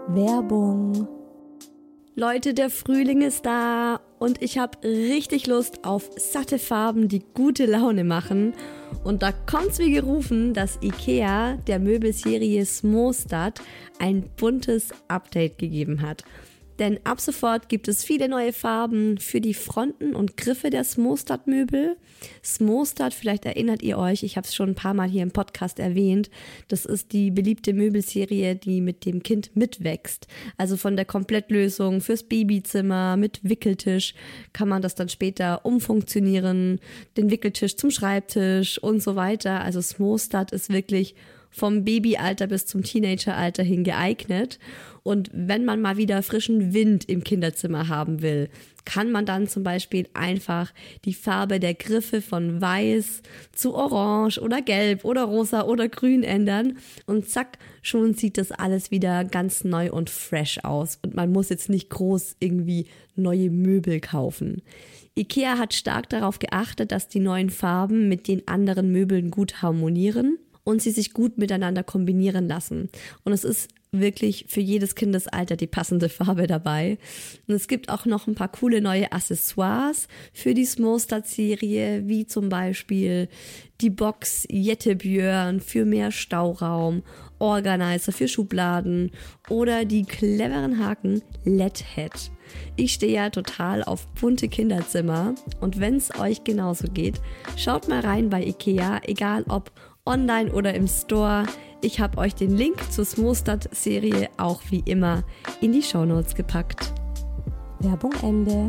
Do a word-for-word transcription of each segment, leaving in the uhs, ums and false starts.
Werbung. Leute, der Frühling ist da und ich habe richtig Lust auf satte Farben, die gute Laune machen. Und da kommt's wie gerufen, dass IKEA der Möbelserie Smostad ein buntes Update gegeben hat. Denn ab sofort gibt es viele neue Farben für die Fronten und Griffe der Smostad-Möbel. Smostad, vielleicht erinnert ihr euch, ich habe es schon ein paar Mal hier im Podcast erwähnt, das ist die beliebte Möbelserie, die mit dem Kind mitwächst. Also von der Komplettlösung fürs Babyzimmer mit Wickeltisch kann man das dann später umfunktionieren, den Wickeltisch zum Schreibtisch und so weiter. Also Smostad ist wirklich vom Babyalter bis zum Teenageralter hin geeignet. Und wenn man mal wieder frischen Wind im Kinderzimmer haben will, kann man dann zum Beispiel einfach die Farbe der Griffe von weiß zu orange oder gelb oder rosa oder grün ändern. Und zack, schon sieht das alles wieder ganz neu und fresh aus. Und man muss jetzt nicht groß irgendwie neue Möbel kaufen. IKEA hat stark darauf geachtet, dass die neuen Farben mit den anderen Möbeln gut harmonieren und sie sich gut miteinander kombinieren lassen. Und es ist wirklich für jedes Kindesalter die passende Farbe dabei. Und es gibt auch noch ein paar coole neue Accessoires für die Smostad-Serie, wie zum Beispiel die Box Jettebjörn für mehr Stauraum, Organizer für Schubladen oder die cleveren Haken L E D-Head. Ich stehe ja total auf bunte Kinderzimmer und wenn es euch genauso geht, schaut mal rein bei IKEA, egal ob online oder im Store. Ich habe euch den Link zur Smostad-Serie auch wie immer in die Shownotes gepackt. Werbung Ende.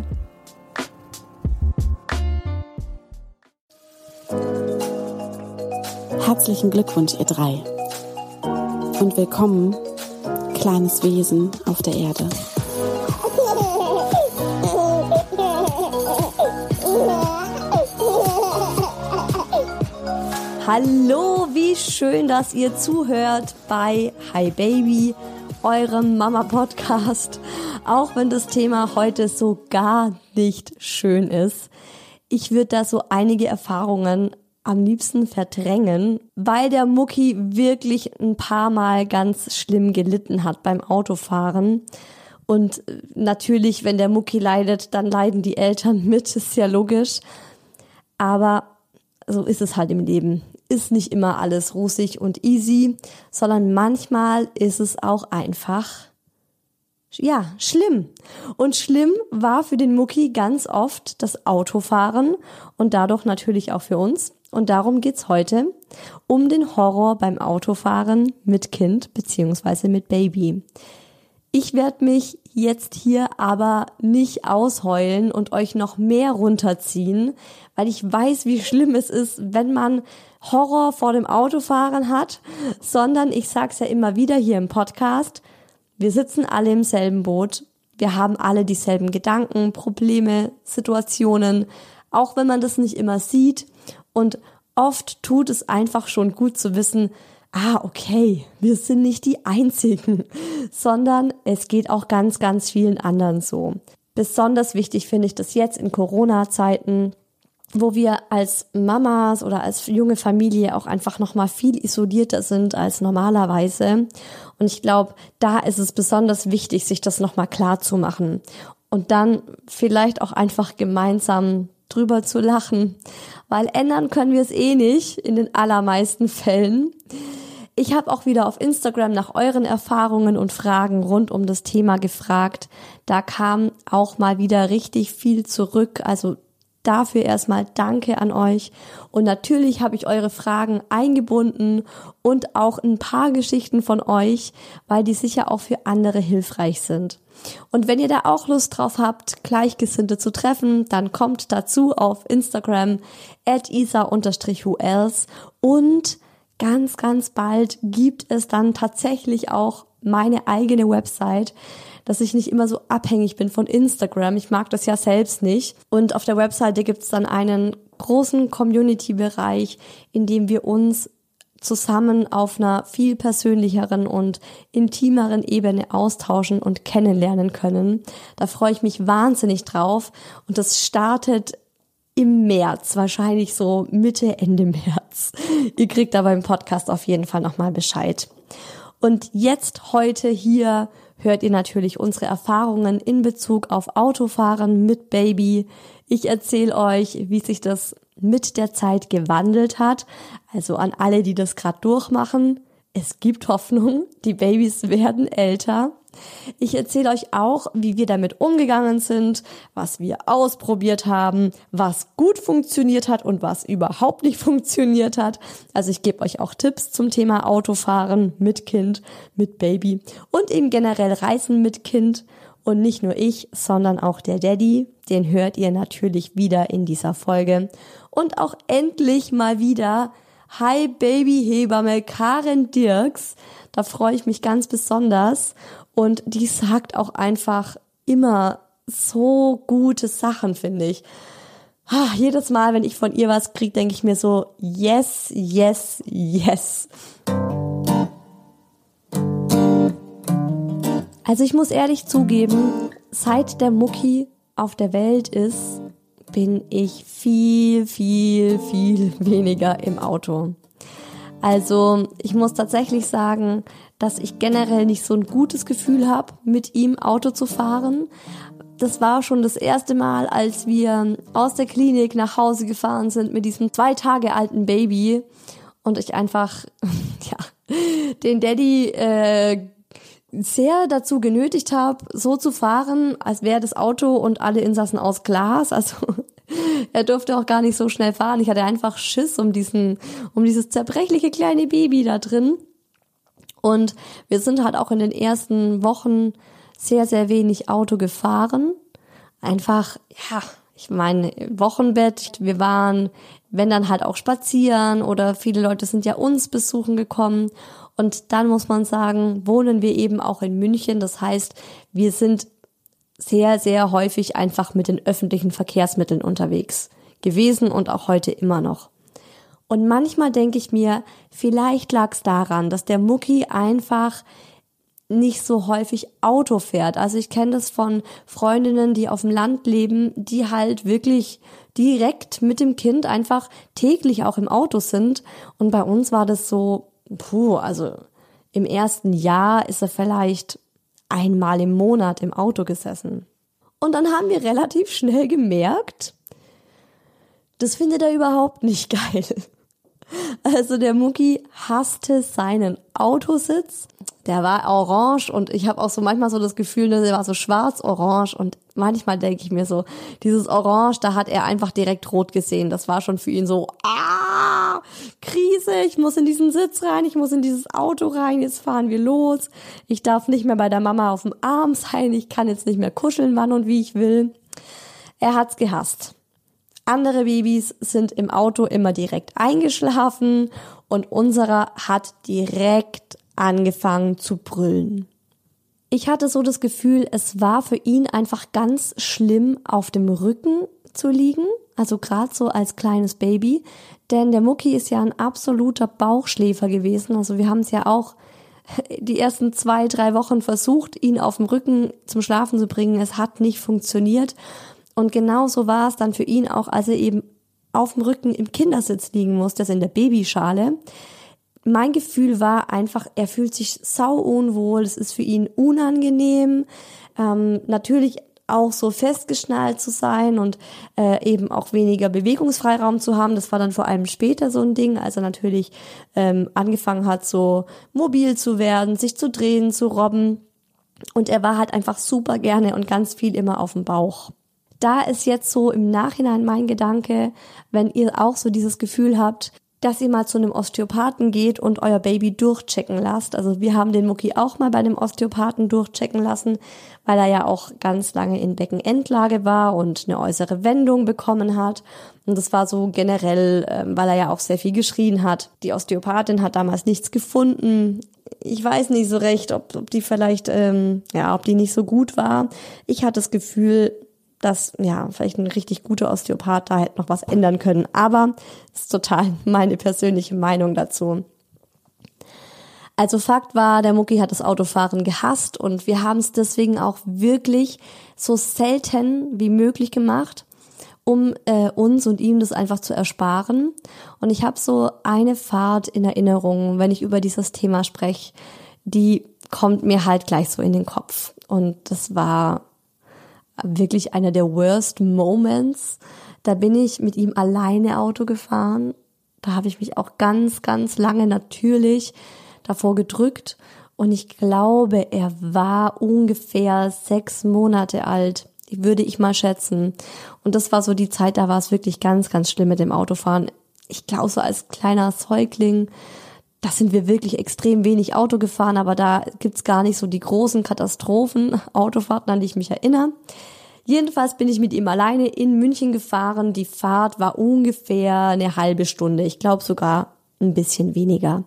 Herzlichen Glückwunsch, ihr drei. Und willkommen, kleines Wesen auf der Erde. Hallo, wie schön, dass ihr zuhört bei Hi Baby, eurem Mama-Podcast. Auch wenn das Thema heute so gar nicht schön ist. Ich würde da so einige Erfahrungen am liebsten verdrängen, weil der Mucki wirklich ein paar Mal ganz schlimm gelitten hat beim Autofahren. Und natürlich, wenn der Mucki leidet, dann leiden die Eltern mit, ist ja logisch. Aber so ist es halt im Leben. Ist nicht immer alles rosig und easy, sondern manchmal ist es auch einfach, ja, schlimm. Und schlimm war für den Mucki ganz oft das Autofahren und dadurch natürlich auch für uns. Und darum geht's heute um den Horror beim Autofahren mit Kind beziehungsweise mit Baby. Ich werde mich jetzt hier aber nicht ausheulen und euch noch mehr runterziehen, weil ich weiß, wie schlimm es ist, wenn man Horror vor dem Autofahren hat, sondern ich sag's ja immer wieder hier im Podcast, wir sitzen alle im selben Boot, wir haben alle dieselben Gedanken, Probleme, Situationen, auch wenn man das nicht immer sieht und oft tut es einfach schon gut zu wissen, ah, okay, wir sind nicht die Einzigen, sondern es geht auch ganz, ganz vielen anderen so. Besonders wichtig finde ich das jetzt in Corona-Zeiten, wo wir als Mamas oder als junge Familie auch einfach nochmal viel isolierter sind als normalerweise. Und ich glaube, da ist es besonders wichtig, sich das nochmal klar zu machen und dann vielleicht auch einfach gemeinsam drüber zu lachen, weil ändern können wir es eh nicht in den allermeisten Fällen. Ich habe auch wieder auf Instagram nach euren Erfahrungen und Fragen rund um das Thema gefragt. Da kam auch mal wieder richtig viel zurück, also dafür erstmal danke an euch. Und natürlich habe ich eure Fragen eingebunden und auch ein paar Geschichten von euch, weil die sicher auch für andere hilfreich sind. Und wenn ihr da auch Lust drauf habt, Gleichgesinnte zu treffen, dann kommt dazu auf Instagram at isa unterstrich who else und ganz, ganz bald gibt es dann tatsächlich auch meine eigene Website, dass ich nicht immer so abhängig bin von Instagram. Ich mag das ja selbst nicht. Und auf der Webseite gibt es dann einen großen Community-Bereich, in dem wir uns zusammen auf einer viel persönlicheren und intimeren Ebene austauschen und kennenlernen können. Da freue ich mich wahnsinnig drauf. Und das startet im März, wahrscheinlich so Mitte, Ende März. Ihr kriegt da beim Podcast auf jeden Fall nochmal Bescheid. Und jetzt heute hier hört ihr natürlich unsere Erfahrungen in Bezug auf Autofahren mit Baby. Ich erzähle euch, wie sich das mit der Zeit gewandelt hat. Also an alle, die das gerade durchmachen. Es gibt Hoffnung, die Babys werden älter. Ich erzähle euch auch, wie wir damit umgegangen sind, was wir ausprobiert haben, was gut funktioniert hat und was überhaupt nicht funktioniert hat. Also ich gebe euch auch Tipps zum Thema Autofahren mit Kind, mit Baby und eben generell Reisen mit Kind. Und nicht nur ich, sondern auch der Daddy, den hört ihr natürlich wieder in dieser Folge. Und auch endlich mal wieder Hi Baby Hebamme Karen Dirks, da freue ich mich ganz besonders und die sagt auch einfach immer so gute Sachen, finde ich. Ah, jedes Mal, wenn ich von ihr was kriege, denke ich mir so, yes, yes, yes. Also ich muss ehrlich zugeben, seit der Mucki auf der Welt ist, bin ich viel, viel, viel weniger im Auto. Also ich muss tatsächlich sagen, dass ich generell nicht so ein gutes Gefühl habe, mit ihm Auto zu fahren. Das war schon das erste Mal, als wir aus der Klinik nach Hause gefahren sind mit diesem zwei Tage alten Baby und ich einfach ja den Daddy äh, sehr dazu genötigt habe, so zu fahren, als wäre das Auto und alle Insassen aus Glas. Also er durfte auch gar nicht so schnell fahren. Ich hatte einfach Schiss um diesen, um dieses zerbrechliche kleine Baby da drin. Und wir sind halt auch in den ersten Wochen sehr, sehr wenig Auto gefahren. Einfach, ja, ich meine, Wochenbett. Wir waren, wenn dann halt auch spazieren oder viele Leute sind ja uns besuchen gekommen. Und dann muss man sagen, wohnen wir eben auch in München. Das heißt, wir sind sehr, sehr häufig einfach mit den öffentlichen Verkehrsmitteln unterwegs gewesen und auch heute immer noch. Und manchmal denke ich mir, vielleicht lag es daran, dass der Mucki einfach nicht so häufig Auto fährt. Also ich kenne das von Freundinnen, die auf dem Land leben, die halt wirklich direkt mit dem Kind einfach täglich auch im Auto sind. Und bei uns war das so, puh, also im ersten Jahr ist er vielleicht einmal im Monat im Auto gesessen. Und dann haben wir relativ schnell gemerkt, das findet er überhaupt nicht geil. Also der Mucki hasste seinen Autositz. Der war orange und ich habe auch so manchmal so das Gefühl, der war so schwarz-orange und manchmal denke ich mir so, dieses Orange, da hat er einfach direkt rot gesehen. Das war schon für ihn so, ah, Krise, ich muss in diesen Sitz rein, ich muss in dieses Auto rein, jetzt fahren wir los. Ich darf nicht mehr bei der Mama auf dem Arm sein, ich kann jetzt nicht mehr kuscheln, wann und wie ich will. Er hat's gehasst. Andere Babys sind im Auto immer direkt eingeschlafen und unserer hat direkt angefangen zu brüllen. Ich hatte so das Gefühl, es war für ihn einfach ganz schlimm, auf dem Rücken zu liegen, also gerade so als kleines Baby, denn der Mucki ist ja ein absoluter Bauchschläfer gewesen, also wir haben es ja auch die ersten zwei, drei Wochen versucht, ihn auf dem Rücken zum Schlafen zu bringen, es hat nicht funktioniert. Und genauso war es dann für ihn auch, als er eben auf dem Rücken im Kindersitz liegen musste, also in der Babyschale. Mein Gefühl war einfach, er fühlt sich sau unwohl, es ist für ihn unangenehm, ähm, natürlich auch so festgeschnallt zu sein und äh, eben auch weniger Bewegungsfreiraum zu haben. Das war dann vor allem später so ein Ding, als er natürlich ähm, angefangen hat, so mobil zu werden, sich zu drehen, zu robben. Und er war halt einfach super gerne und ganz viel immer auf dem Bauch. Da ist jetzt so im Nachhinein mein Gedanke, wenn ihr auch so dieses Gefühl habt, dass ihr mal zu einem Osteopathen geht und euer Baby durchchecken lasst. Also wir haben den Mucki auch mal bei einem Osteopathen durchchecken lassen, weil er ja auch ganz lange in Beckenendlage war und eine äußere Wendung bekommen hat. Und das war so generell, weil er ja auch sehr viel geschrien hat. Die Osteopathin hat damals nichts gefunden. Ich weiß nicht so recht, ob, ob die vielleicht, ähm, ja, ob die nicht so gut war. Ich hatte das Gefühl, dass, ja, vielleicht ein richtig guter Osteopath da hätte noch was ändern können. Aber das ist total meine persönliche Meinung dazu. Also Fakt war, der Mucki hat das Autofahren gehasst und wir haben es deswegen auch wirklich so selten wie möglich gemacht, um äh, uns und ihm das einfach zu ersparen. Und ich habe so eine Fahrt in Erinnerung, wenn ich über dieses Thema spreche, die kommt mir halt gleich so in den Kopf. Und das war wirklich einer der worst Moments. Da bin ich mit ihm alleine Auto gefahren. Da habe ich mich auch ganz, ganz lange natürlich davor gedrückt. Und ich glaube, er war ungefähr sechs Monate alt, würde ich mal schätzen. Und das war so die Zeit, da war es wirklich ganz, ganz schlimm mit dem Autofahren. Ich glaube, so als kleiner Säugling, da sind wir wirklich extrem wenig Auto gefahren, aber da gibt's gar nicht so die großen Katastrophen, Autofahrten, an die ich mich erinnere. Jedenfalls bin ich mit ihm alleine in München gefahren. Die Fahrt war ungefähr eine halbe Stunde. Ich glaube sogar ein bisschen weniger.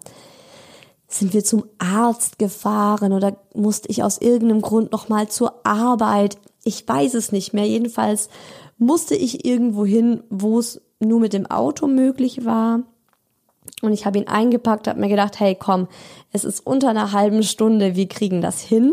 Sind wir zum Arzt gefahren oder musste ich aus irgendeinem Grund nochmal zur Arbeit? Ich weiß es nicht mehr. Jedenfalls musste ich irgendwo hin, wo es nur mit dem Auto möglich war. Und ich habe ihn eingepackt, habe mir gedacht, hey komm, es ist unter einer halben Stunde, wir kriegen das hin.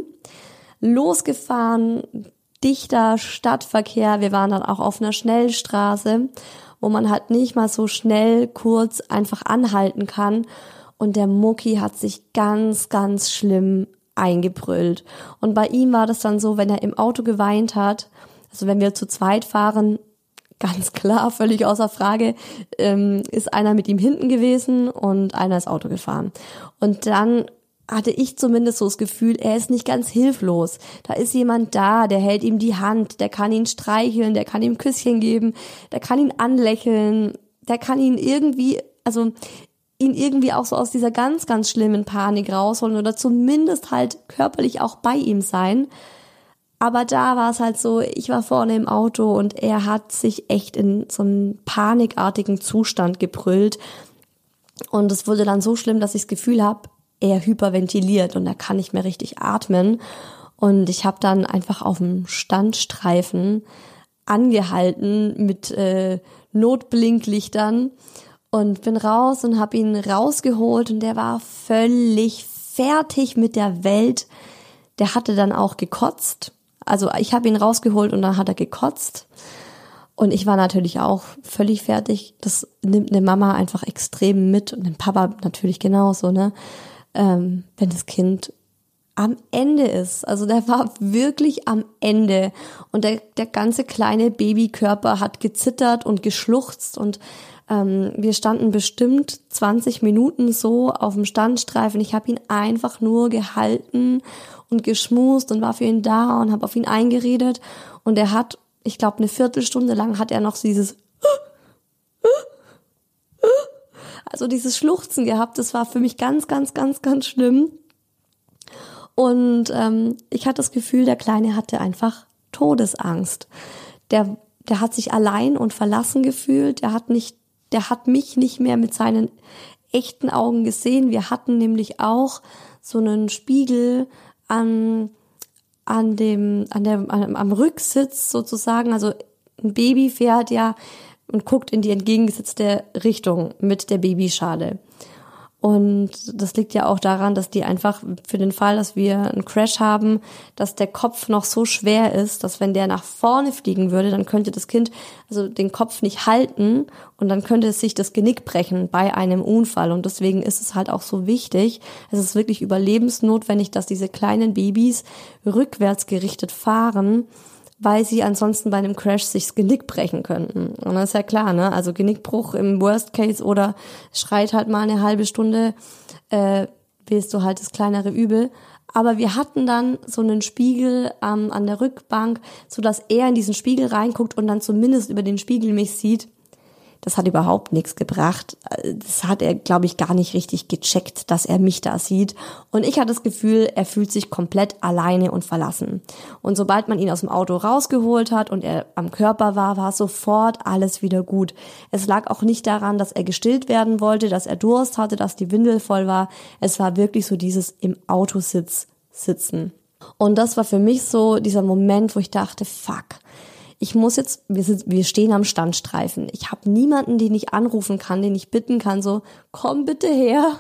Losgefahren, dichter Stadtverkehr, wir waren dann auch auf einer Schnellstraße, wo man halt nicht mal so schnell kurz einfach anhalten kann. Und der Mucki hat sich ganz, ganz schlimm eingebrüllt. Und bei ihm war das dann so, wenn er im Auto geweint hat, also wenn wir zu zweit fahren, ganz klar, völlig außer Frage, ähm, ist einer mit ihm hinten gewesen und einer ist Auto gefahren. Und dann hatte ich zumindest so das Gefühl, er ist nicht ganz hilflos. Da ist jemand da, der hält ihm die Hand, der kann ihn streicheln, der kann ihm ein Küsschen geben, der kann ihn anlächeln, der kann ihn irgendwie, also ihn irgendwie auch so aus dieser ganz, ganz schlimmen Panik rausholen oder zumindest halt körperlich auch bei ihm sein. Aber da war es halt so, ich war vorne im Auto und er hat sich echt in so einen panikartigen Zustand gebrüllt. Und es wurde dann so schlimm, dass ich das Gefühl habe, er hyperventiliert und er kann nicht mehr richtig atmen. Und ich habe dann einfach auf dem Standstreifen angehalten mit äh, Notblinklichtern und bin raus und habe ihn rausgeholt und der war völlig fertig mit der Welt. Der hatte dann auch gekotzt. Also ich habe ihn rausgeholt und dann hat er gekotzt. Und ich war natürlich auch völlig fertig. Das nimmt eine Mama einfach extrem mit und den Papa natürlich genauso, ne? Ähm, wenn das Kind am Ende ist. Also der war wirklich am Ende. Und der, der ganze kleine Babykörper hat gezittert und geschluchzt und ähm, wir standen bestimmt zwanzig Minuten so auf dem Standstreifen. Ich habe ihn einfach nur gehalten und geschmust und war für ihn da und habe auf ihn eingeredet. Und er hat, ich glaube, eine Viertelstunde lang hat er noch dieses also dieses Schluchzen gehabt. Das war für mich ganz, ganz, ganz, ganz schlimm. Und ähm, ich hatte das Gefühl, der Kleine hatte einfach Todesangst. Der, der hat sich allein und verlassen gefühlt. Der hat nicht, der hat mich nicht mehr mit seinen echten Augen gesehen. Wir hatten nämlich auch so einen Spiegel an an dem an der an, am Rücksitz sozusagen. Also ein Baby fährt ja und guckt in die entgegengesetzte Richtung mit der Babyschale. Und das liegt ja auch daran, dass die einfach für den Fall, dass wir einen Crash haben, dass der Kopf noch so schwer ist, dass wenn der nach vorne fliegen würde, dann könnte das Kind also den Kopf nicht halten und dann könnte es sich das Genick brechen bei einem Unfall. Und deswegen ist es halt auch so wichtig, es ist wirklich überlebensnotwendig, dass diese kleinen Babys rückwärts gerichtet fahren, weil sie ansonsten bei einem Crash sich das Genick brechen könnten. Und das ist ja klar, ne? Also Genickbruch im Worst Case oder schreit halt mal eine halbe Stunde, äh, wählst du halt das kleinere Übel. Aber wir hatten dann so einen Spiegel ähm, an der Rückbank, so dass er in diesen Spiegel reinguckt und dann zumindest über den Spiegel mich sieht. Das hat überhaupt nichts gebracht. Das hat er, glaube ich, gar nicht richtig gecheckt, dass er mich da sieht. Und ich hatte das Gefühl, er fühlt sich komplett alleine und verlassen. Und sobald man ihn aus dem Auto rausgeholt hat und er am Körper war, war sofort alles wieder gut. Es lag auch nicht daran, dass er gestillt werden wollte, dass er Durst hatte, dass die Windel voll war. Es war wirklich so dieses im Autositz sitzen. Und das war für mich so dieser Moment, wo ich dachte, fuck. Ich muss jetzt, wir, sind, wir stehen am Standstreifen. Ich habe niemanden, den ich anrufen kann, den ich bitten kann, so, komm bitte her.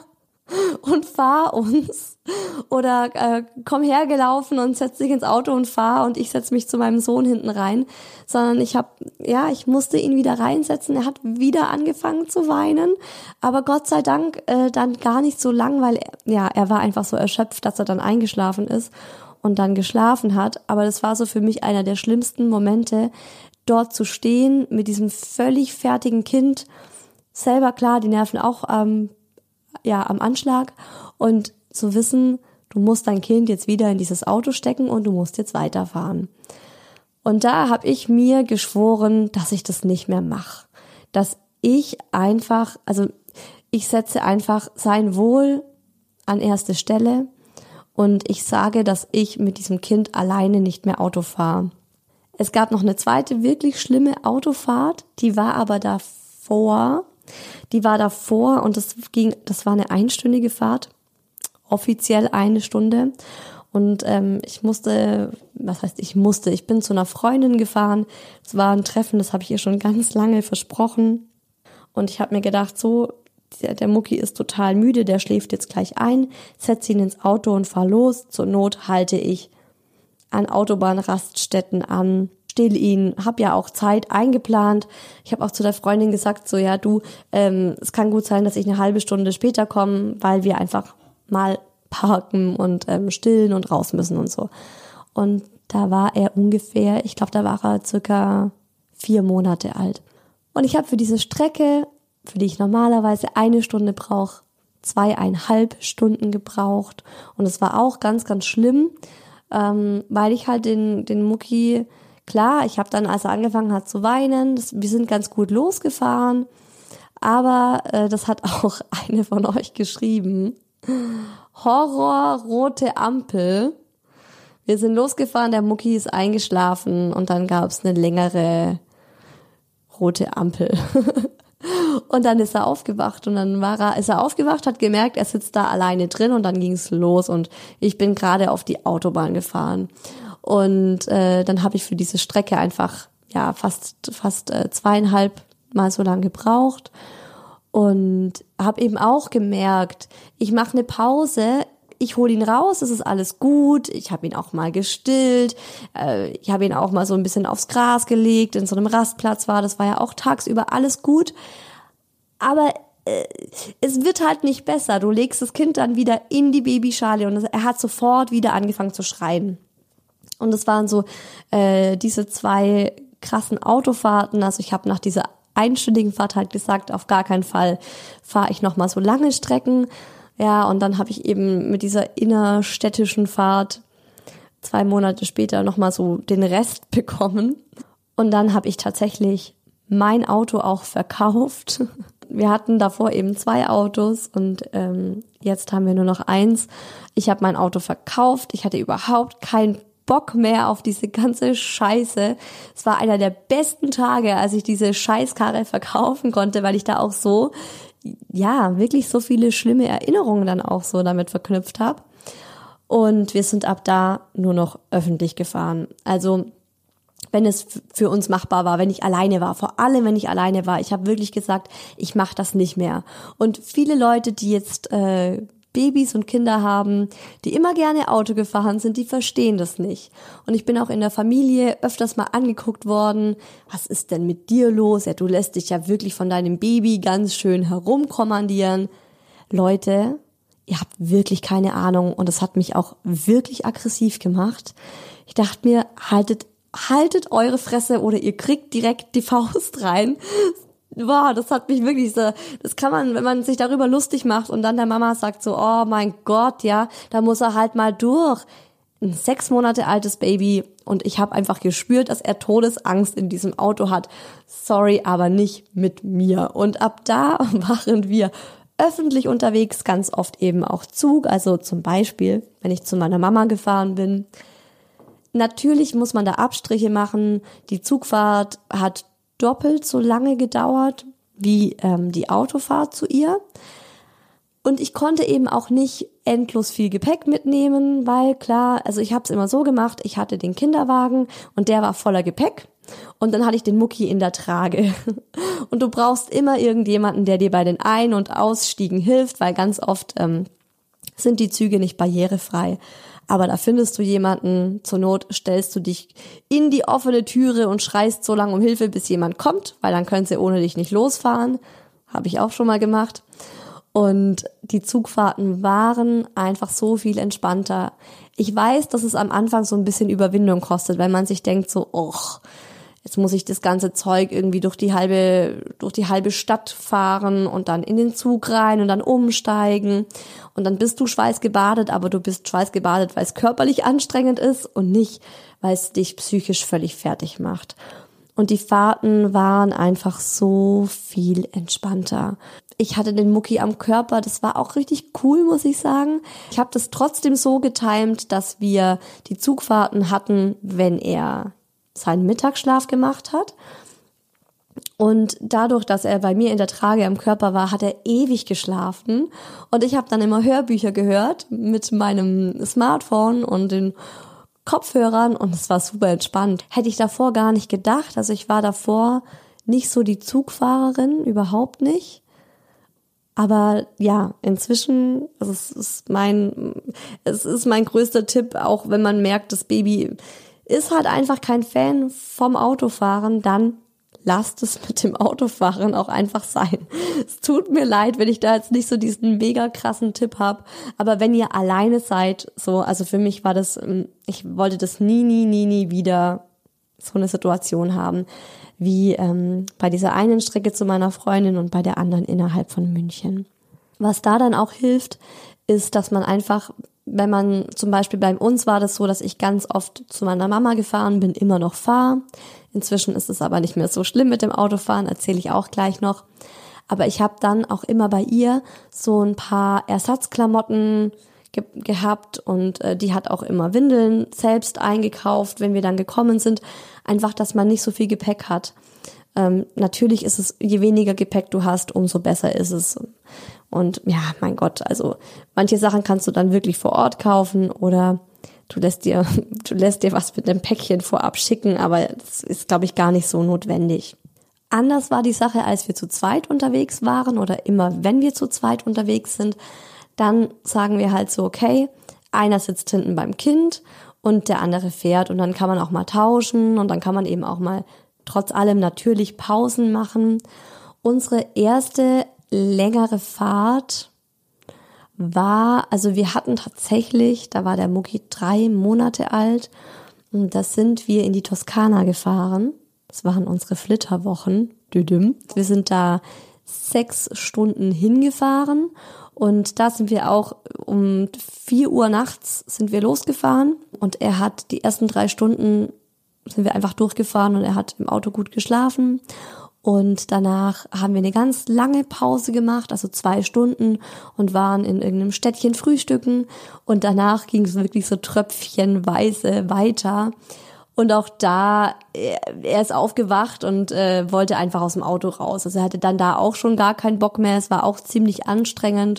und fahr uns oder äh, komm hergelaufen und setz dich ins Auto und fahr und ich setz mich zu meinem Sohn hinten rein, sondern ich habe, ja, ich musste ihn wieder reinsetzen. Er hat wieder angefangen zu weinen, aber Gott sei Dank äh, dann gar nicht so lang, weil er, ja, er war einfach so erschöpft, dass er dann eingeschlafen ist und dann geschlafen hat. Aber das war so für mich einer der schlimmsten Momente, dort zu stehen mit diesem völlig fertigen Kind, selber klar, die Nerven auch ähm, ja am Anschlag und zu wissen, du musst dein Kind jetzt wieder in dieses Auto stecken und du musst jetzt weiterfahren. Und da habe ich mir geschworen, dass ich das nicht mehr mache. Dass ich einfach, also ich setze einfach sein Wohl an erste Stelle und ich sage, dass ich mit diesem Kind alleine nicht mehr Auto fahre. Es gab noch eine zweite wirklich schlimme Autofahrt, die war aber davor, die war davor und das ging, das war eine einstündige Fahrt, offiziell eine Stunde und ähm, ich musste, was heißt ich musste, ich bin zu einer Freundin gefahren, es war ein Treffen, das habe ich ihr schon ganz lange versprochen und ich habe mir gedacht, so, der, der Mucki ist total müde, der schläft jetzt gleich ein, setze ihn ins Auto und fahr los, zur Not halte ich an Autobahnraststätten an, still ihn, hab ja auch Zeit eingeplant. Ich habe auch zu der Freundin gesagt, so ja du, ähm, es kann gut sein, dass ich eine halbe Stunde später komme, weil wir einfach mal parken und ähm, stillen und raus müssen und so. Und da war er ungefähr, ich glaube, da war er circa vier Monate alt. Und ich habe für diese Strecke, für die ich normalerweise eine Stunde brauche, zweieinhalb Stunden gebraucht. Und es war auch ganz, ganz schlimm, Ähm, weil ich halt den den Mucki, klar, ich habe dann, als er angefangen hat zu weinen, das, wir sind ganz gut losgefahren, aber äh, das hat auch eine von euch geschrieben, Horror, rote Ampel, wir sind losgefahren, der Mucki ist eingeschlafen und dann gab es eine längere rote Ampel. Und dann ist er aufgewacht und dann war er, ist er aufgewacht, hat gemerkt, er sitzt da alleine drin und dann ging es los und ich bin gerade auf die Autobahn gefahren und äh, dann habe ich für diese Strecke einfach ja fast fast äh, zweieinhalb Mal so lang gebraucht und habe eben auch gemerkt, ich mache eine Pause, ich hole ihn raus, es ist alles gut, ich habe ihn auch mal gestillt, äh, ich habe ihn auch mal so ein bisschen aufs Gras gelegt, in so einem Rastplatz war, das war ja auch tagsüber alles gut, aber äh, es wird halt nicht besser, du legst das Kind dann wieder in die Babyschale und er hat sofort wieder angefangen zu schreien. Und es waren so äh, diese zwei krassen Autofahrten, also ich habe nach dieser einstündigen Fahrt halt gesagt, auf gar keinen Fall fahre ich nochmal so lange Strecken. Ja, und dann habe ich eben mit dieser innerstädtischen Fahrt zwei Monate später nochmal so den Rest bekommen. Und dann habe ich tatsächlich mein Auto auch verkauft. Wir hatten davor eben zwei Autos und ähm, jetzt haben wir nur noch eins. Ich habe mein Auto verkauft. Ich hatte überhaupt keinen Bock mehr auf diese ganze Scheiße. Es war einer der besten Tage, als ich diese Scheißkarre verkaufen konnte, weil ich da auch so ja, wirklich so viele schlimme Erinnerungen dann auch so damit verknüpft habe. Und wir sind ab da nur noch öffentlich gefahren. Also wenn es für uns machbar war, wenn ich alleine war, vor allem wenn ich alleine war. Ich habe wirklich gesagt, ich mache das nicht mehr. Und viele Leute, die jetzt äh, Babys und Kinder haben, die immer gerne Auto gefahren sind, die verstehen das nicht. Und ich bin auch in der Familie öfters mal angeguckt worden, was ist denn mit dir los? Ja, du lässt dich ja wirklich von deinem Baby ganz schön herumkommandieren. Leute, ihr habt wirklich keine Ahnung und das hat mich auch wirklich aggressiv gemacht. Ich dachte mir, haltet, haltet eure Fresse oder ihr kriegt direkt die Faust rein. Boah, das hat mich wirklich so, das kann man, wenn man sich darüber lustig macht und dann der Mama sagt so, oh mein Gott, ja, da muss er halt mal durch. Ein sechs Monate altes Baby und ich habe einfach gespürt, dass er Todesangst in diesem Auto hat. Sorry, aber nicht mit mir. Und ab da waren wir öffentlich unterwegs, ganz oft eben auch Zug, also zum Beispiel, wenn ich zu meiner Mama gefahren bin. Natürlich muss man da Abstriche machen, die Zugfahrt hat doppelt so lange gedauert wie ähm, die Autofahrt zu ihr. Und ich konnte eben auch nicht endlos viel Gepäck mitnehmen, weil klar, also ich habe es immer so gemacht, ich hatte den Kinderwagen und der war voller Gepäck Und dann hatte ich den Mucki in der Trage. Und du brauchst immer irgendjemanden, der dir bei den Ein- und Ausstiegen hilft, weil ganz oft ähm, sind die Züge nicht barrierefrei. Aber da findest du jemanden, zur Not stellst du dich in die offene Türe und schreist so lange um Hilfe, bis jemand kommt, weil dann können sie ohne dich nicht losfahren. Habe ich auch schon mal gemacht. Und die Zugfahrten waren einfach so viel entspannter. Ich weiß, dass es am Anfang so ein bisschen Überwindung kostet, weil man sich denkt so, och, jetzt muss ich das ganze Zeug irgendwie durch die halbe, durch die halbe Stadt fahren und dann in den Zug rein und dann umsteigen. Und dann bist du schweißgebadet, aber du bist schweißgebadet, weil es körperlich anstrengend ist und nicht, weil es dich psychisch völlig fertig macht. Und die Fahrten waren einfach so viel entspannter. Ich hatte den Mucki am Körper, das war auch richtig cool, muss ich sagen. Ich habe das trotzdem so getimt, dass wir die Zugfahrten hatten, wenn er seinen Mittagsschlaf gemacht hat. Und dadurch, dass er bei mir in der Trage am Körper war, hat er ewig geschlafen. Und ich habe dann immer Hörbücher gehört mit meinem Smartphone und den Kopfhörern und es war super entspannt. Hätte ich davor gar nicht gedacht. Also ich war davor nicht so die Zugfahrerin, überhaupt nicht. Aber ja, inzwischen, also es ist mein, es ist mein größter Tipp, auch wenn man merkt, das Baby ist halt einfach kein Fan vom Autofahren, dann lasst es mit dem Autofahren auch einfach sein. Es tut mir leid, wenn ich da jetzt nicht so diesen mega krassen Tipp habe, aber wenn ihr alleine seid, so, also für mich war das, ich wollte das nie, nie, nie, nie wieder so eine Situation haben, wie ähm, bei dieser einen Strecke zu meiner Freundin und bei der anderen innerhalb von München. Was da dann auch hilft, ist, dass man einfach, wenn man zum Beispiel bei uns war das so, dass ich ganz oft zu meiner Mama gefahren bin, immer noch fahre. Inzwischen ist es aber nicht mehr so schlimm mit dem Autofahren, erzähle ich auch gleich noch. Aber ich habe dann auch immer bei ihr so ein paar Ersatzklamotten ge- gehabt und äh, die hat auch immer Windeln selbst eingekauft, wenn wir dann gekommen sind. Einfach, dass man nicht so viel Gepäck hat. Ähm, natürlich ist es, je weniger Gepäck du hast, umso besser ist es. Und ja, mein Gott, also manche Sachen kannst du dann wirklich vor Ort kaufen oder du lässt dir, du lässt dir was mit einem Päckchen vorab schicken, aber das ist, glaube ich, gar nicht so notwendig. Anders war die Sache, als wir zu zweit unterwegs waren oder immer, wenn wir zu zweit unterwegs sind, dann sagen wir halt so, okay, einer sitzt hinten beim Kind und der andere fährt und dann kann man auch mal tauschen und dann kann man eben auch mal trotz allem natürlich Pausen machen. Unsere erste längere Fahrt war, also wir hatten tatsächlich, da war der Mucki drei Monate alt und da sind wir in die Toskana gefahren. Das waren unsere Flitterwochen. Wir sind da sechs Stunden hingefahren und da sind wir auch um vier Uhr nachts sind wir losgefahren und er hat die ersten drei Stunden sind wir einfach durchgefahren und er hat im Auto gut geschlafen. Und danach haben wir eine ganz lange Pause gemacht, also zwei Stunden und waren in irgendeinem Städtchen frühstücken. Und danach ging es wirklich so tröpfchenweise weiter. Und auch da, er ist aufgewacht und äh, wollte einfach aus dem Auto raus. Also er hatte dann da auch schon gar keinen Bock mehr. Es war auch ziemlich anstrengend.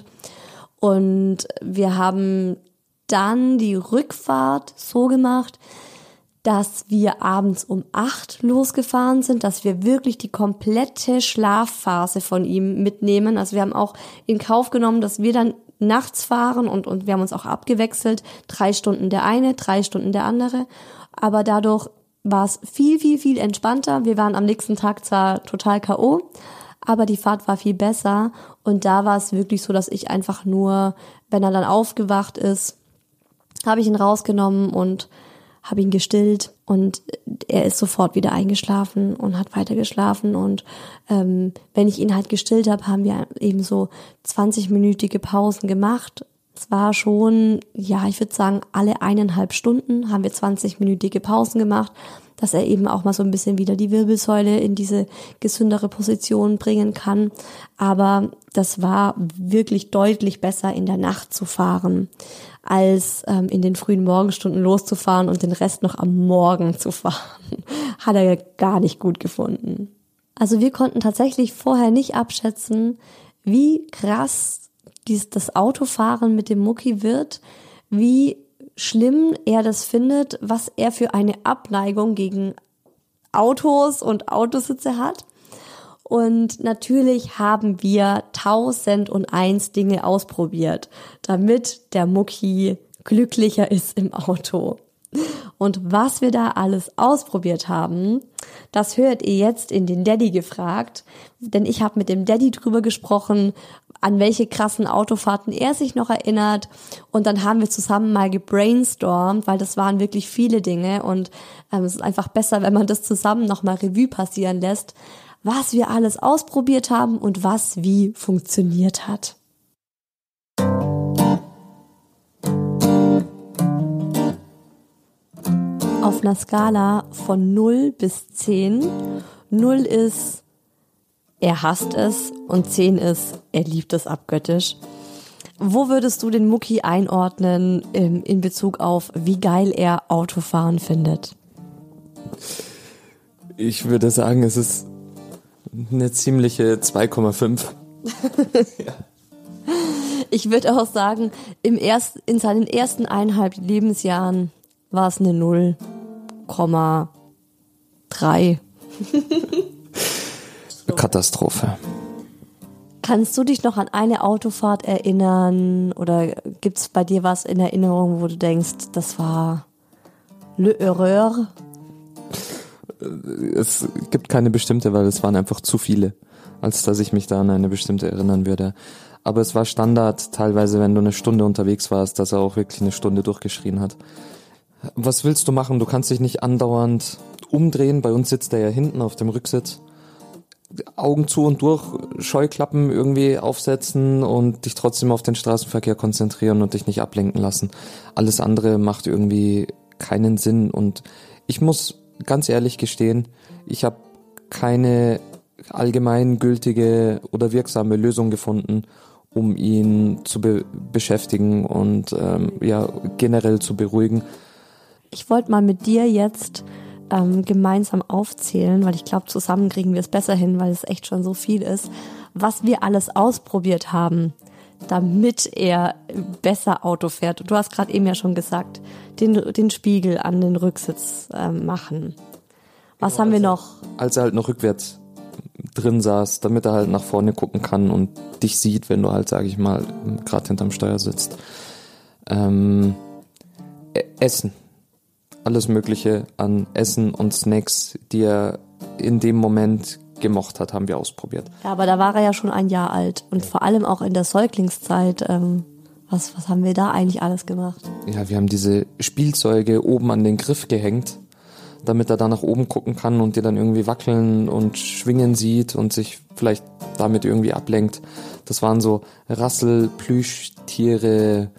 Und wir haben dann die Rückfahrt so gemacht, dass wir abends um acht losgefahren sind, dass wir wirklich die komplette Schlafphase von ihm mitnehmen. Also wir haben auch in Kauf genommen, dass wir dann nachts fahren und, und wir haben uns auch abgewechselt. Drei Stunden der eine, drei Stunden der andere. Aber dadurch war es viel, viel, viel entspannter. Wir waren am nächsten Tag zwar total K O, aber die Fahrt war viel besser. Und da war es wirklich so, dass ich einfach nur, wenn er dann aufgewacht ist, habe ich ihn rausgenommen und habe ihn gestillt und er ist sofort wieder eingeschlafen und hat weiter geschlafen und ähm, wenn ich ihn halt gestillt habe, haben wir eben so zwanzig-minütige Pausen gemacht. Es war schon, ja, ich würde sagen, alle eineinhalb Stunden haben wir zwanzig-minütige Pausen gemacht, dass er eben auch mal so ein bisschen wieder die Wirbelsäule in diese gesündere Position bringen kann. Aber das war wirklich deutlich besser, in der Nacht zu fahren, als ähm, in den frühen Morgenstunden loszufahren und den Rest noch am Morgen zu fahren. Hat er gar nicht gut gefunden. Also wir konnten tatsächlich vorher nicht abschätzen, wie krass dies, das Autofahren mit dem Mucki wird, wie schlimm er das findet, was er für eine Abneigung gegen Autos und Autositze hat. Und natürlich haben wir tausend und eins Dinge ausprobiert, damit der Mucki glücklicher ist im Auto. Und was wir da alles ausprobiert haben, das hört ihr jetzt in den Daddy gefragt, denn ich habe mit dem Daddy drüber gesprochen, an welche krassen Autofahrten er sich noch erinnert, und dann haben wir zusammen mal gebrainstormt, weil das waren wirklich viele Dinge und ähm, es ist einfach besser, wenn man das zusammen nochmal Revue passieren lässt, was wir alles ausprobiert haben und was wie funktioniert hat. Auf einer Skala von null bis zehn. null ist, er hasst es, und zehn ist, er liebt es abgöttisch. Wo würdest du den Mucki einordnen in, in Bezug auf, wie geil er Autofahren findet? Ich würde sagen, es ist eine ziemliche zwei Komma fünf. Ja. Ich würde auch sagen, im erst, in seinen ersten eineinhalb Lebensjahren war es eine null Komma drei. Katastrophe. Kannst du dich noch an eine Autofahrt erinnern oder gibt es bei dir was in Erinnerung, wo du denkst, das war le Erreur? Es gibt keine bestimmte, weil es waren einfach zu viele, als dass ich mich da an eine bestimmte erinnern würde. Aber es war Standard teilweise, wenn du eine Stunde unterwegs warst, dass er auch wirklich eine Stunde durchgeschrien hat. Was willst du machen? Du kannst dich nicht andauernd umdrehen. Bei uns sitzt er ja hinten auf dem Rücksitz. Augen zu und durch, Scheuklappen irgendwie aufsetzen und dich trotzdem auf den Straßenverkehr konzentrieren und dich nicht ablenken lassen. Alles andere macht irgendwie keinen Sinn. Und ich muss ganz ehrlich gestehen, ich habe keine allgemeingültige oder wirksame Lösung gefunden, um ihn zu be- beschäftigen und ähm, ja generell zu beruhigen. Ich wollte mal mit dir jetzt ähm, gemeinsam aufzählen, weil ich glaube, zusammen kriegen wir es besser hin, weil es echt schon so viel ist, was wir alles ausprobiert haben, damit er besser Auto fährt. Und du hast gerade eben ja schon gesagt, den, den Spiegel an den Rücksitz äh, machen. Was genau, haben wir noch? Als er halt noch rückwärts drin saß, damit er halt nach vorne gucken kann und dich sieht, wenn du halt, sage ich mal, gerade hinterm Steuer sitzt. Ähm, Essen. Alles Mögliche an Essen und Snacks, die er in dem Moment gemocht hat, haben wir ausprobiert. Ja, aber da war er ja schon ein Jahr alt und vor allem auch in der Säuglingszeit. Ähm, was, was haben wir da eigentlich alles gemacht? Ja, wir haben diese Spielzeuge oben an den Griff gehängt, damit er da nach oben gucken kann und dir dann irgendwie wackeln und schwingen sieht und sich vielleicht damit irgendwie ablenkt. Das waren so Rassel-Plüschtiere,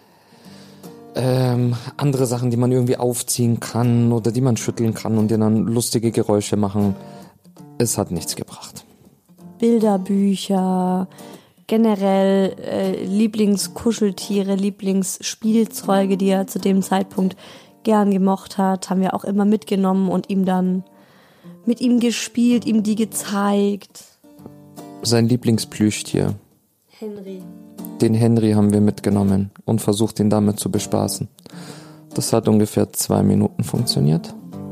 ähm, andere Sachen, die man irgendwie aufziehen kann oder die man schütteln kann und die dann lustige Geräusche machen. Es hat nichts gebracht. Bilderbücher, generell äh, Lieblingskuscheltiere, Lieblingsspielzeuge, die er zu dem Zeitpunkt gern gemocht hat, haben wir auch immer mitgenommen und ihm dann mit ihm gespielt, ihm die gezeigt. Sein Lieblingsplüschtier. Henry. Den Henry haben wir mitgenommen und versucht, ihn damit zu bespaßen. Das hat ungefähr zwei Minuten funktioniert.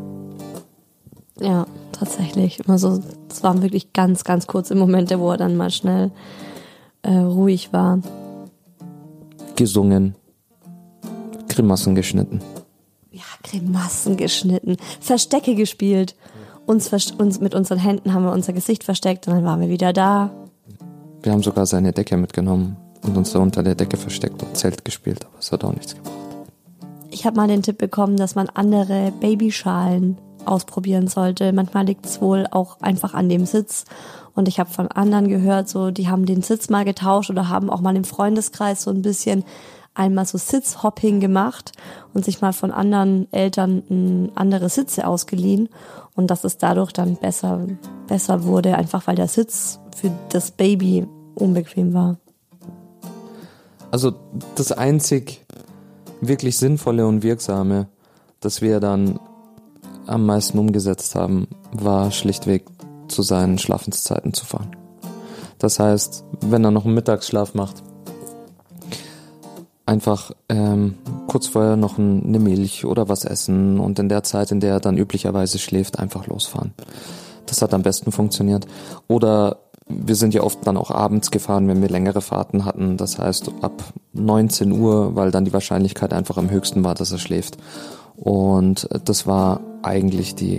Ja, tatsächlich. Immer so, es waren wirklich ganz, ganz kurze Momente, wo er dann mal schnell äh, ruhig war. Gesungen. Grimassen geschnitten. Ja, Grimassen geschnitten. Verstecke gespielt. Uns, uns mit unseren Händen haben wir unser Gesicht versteckt und dann waren wir wieder da. Wir haben sogar seine Decke mitgenommen und uns da unter der Decke versteckt und Zelt gespielt, aber es hat auch nichts gebracht. Ich habe mal den Tipp bekommen, dass man andere Babyschalen ausprobieren sollte. Manchmal liegt es wohl auch einfach an dem Sitz. Und ich habe von anderen gehört, so die haben den Sitz mal getauscht oder haben auch mal im Freundeskreis so ein bisschen einmal so Sitzhopping gemacht und sich mal von anderen Eltern m, andere Sitze ausgeliehen. Und dass es dadurch dann besser, besser wurde, einfach weil der Sitz für das Baby unbequem war. Also das einzig wirklich Sinnvolle und Wirksame, das wir dann am meisten umgesetzt haben, war schlichtweg zu seinen Schlafenszeiten zu fahren. Das heißt, wenn er noch einen Mittagsschlaf macht, einfach ähm, kurz vorher noch ein, eine Milch oder was essen und in der Zeit, in der er dann üblicherweise schläft, einfach losfahren. Das hat am besten funktioniert. Oder wir sind ja oft dann auch abends gefahren, wenn wir längere Fahrten hatten. Das heißt ab neunzehn Uhr, weil dann die Wahrscheinlichkeit einfach am höchsten war, dass er schläft. Und das war eigentlich die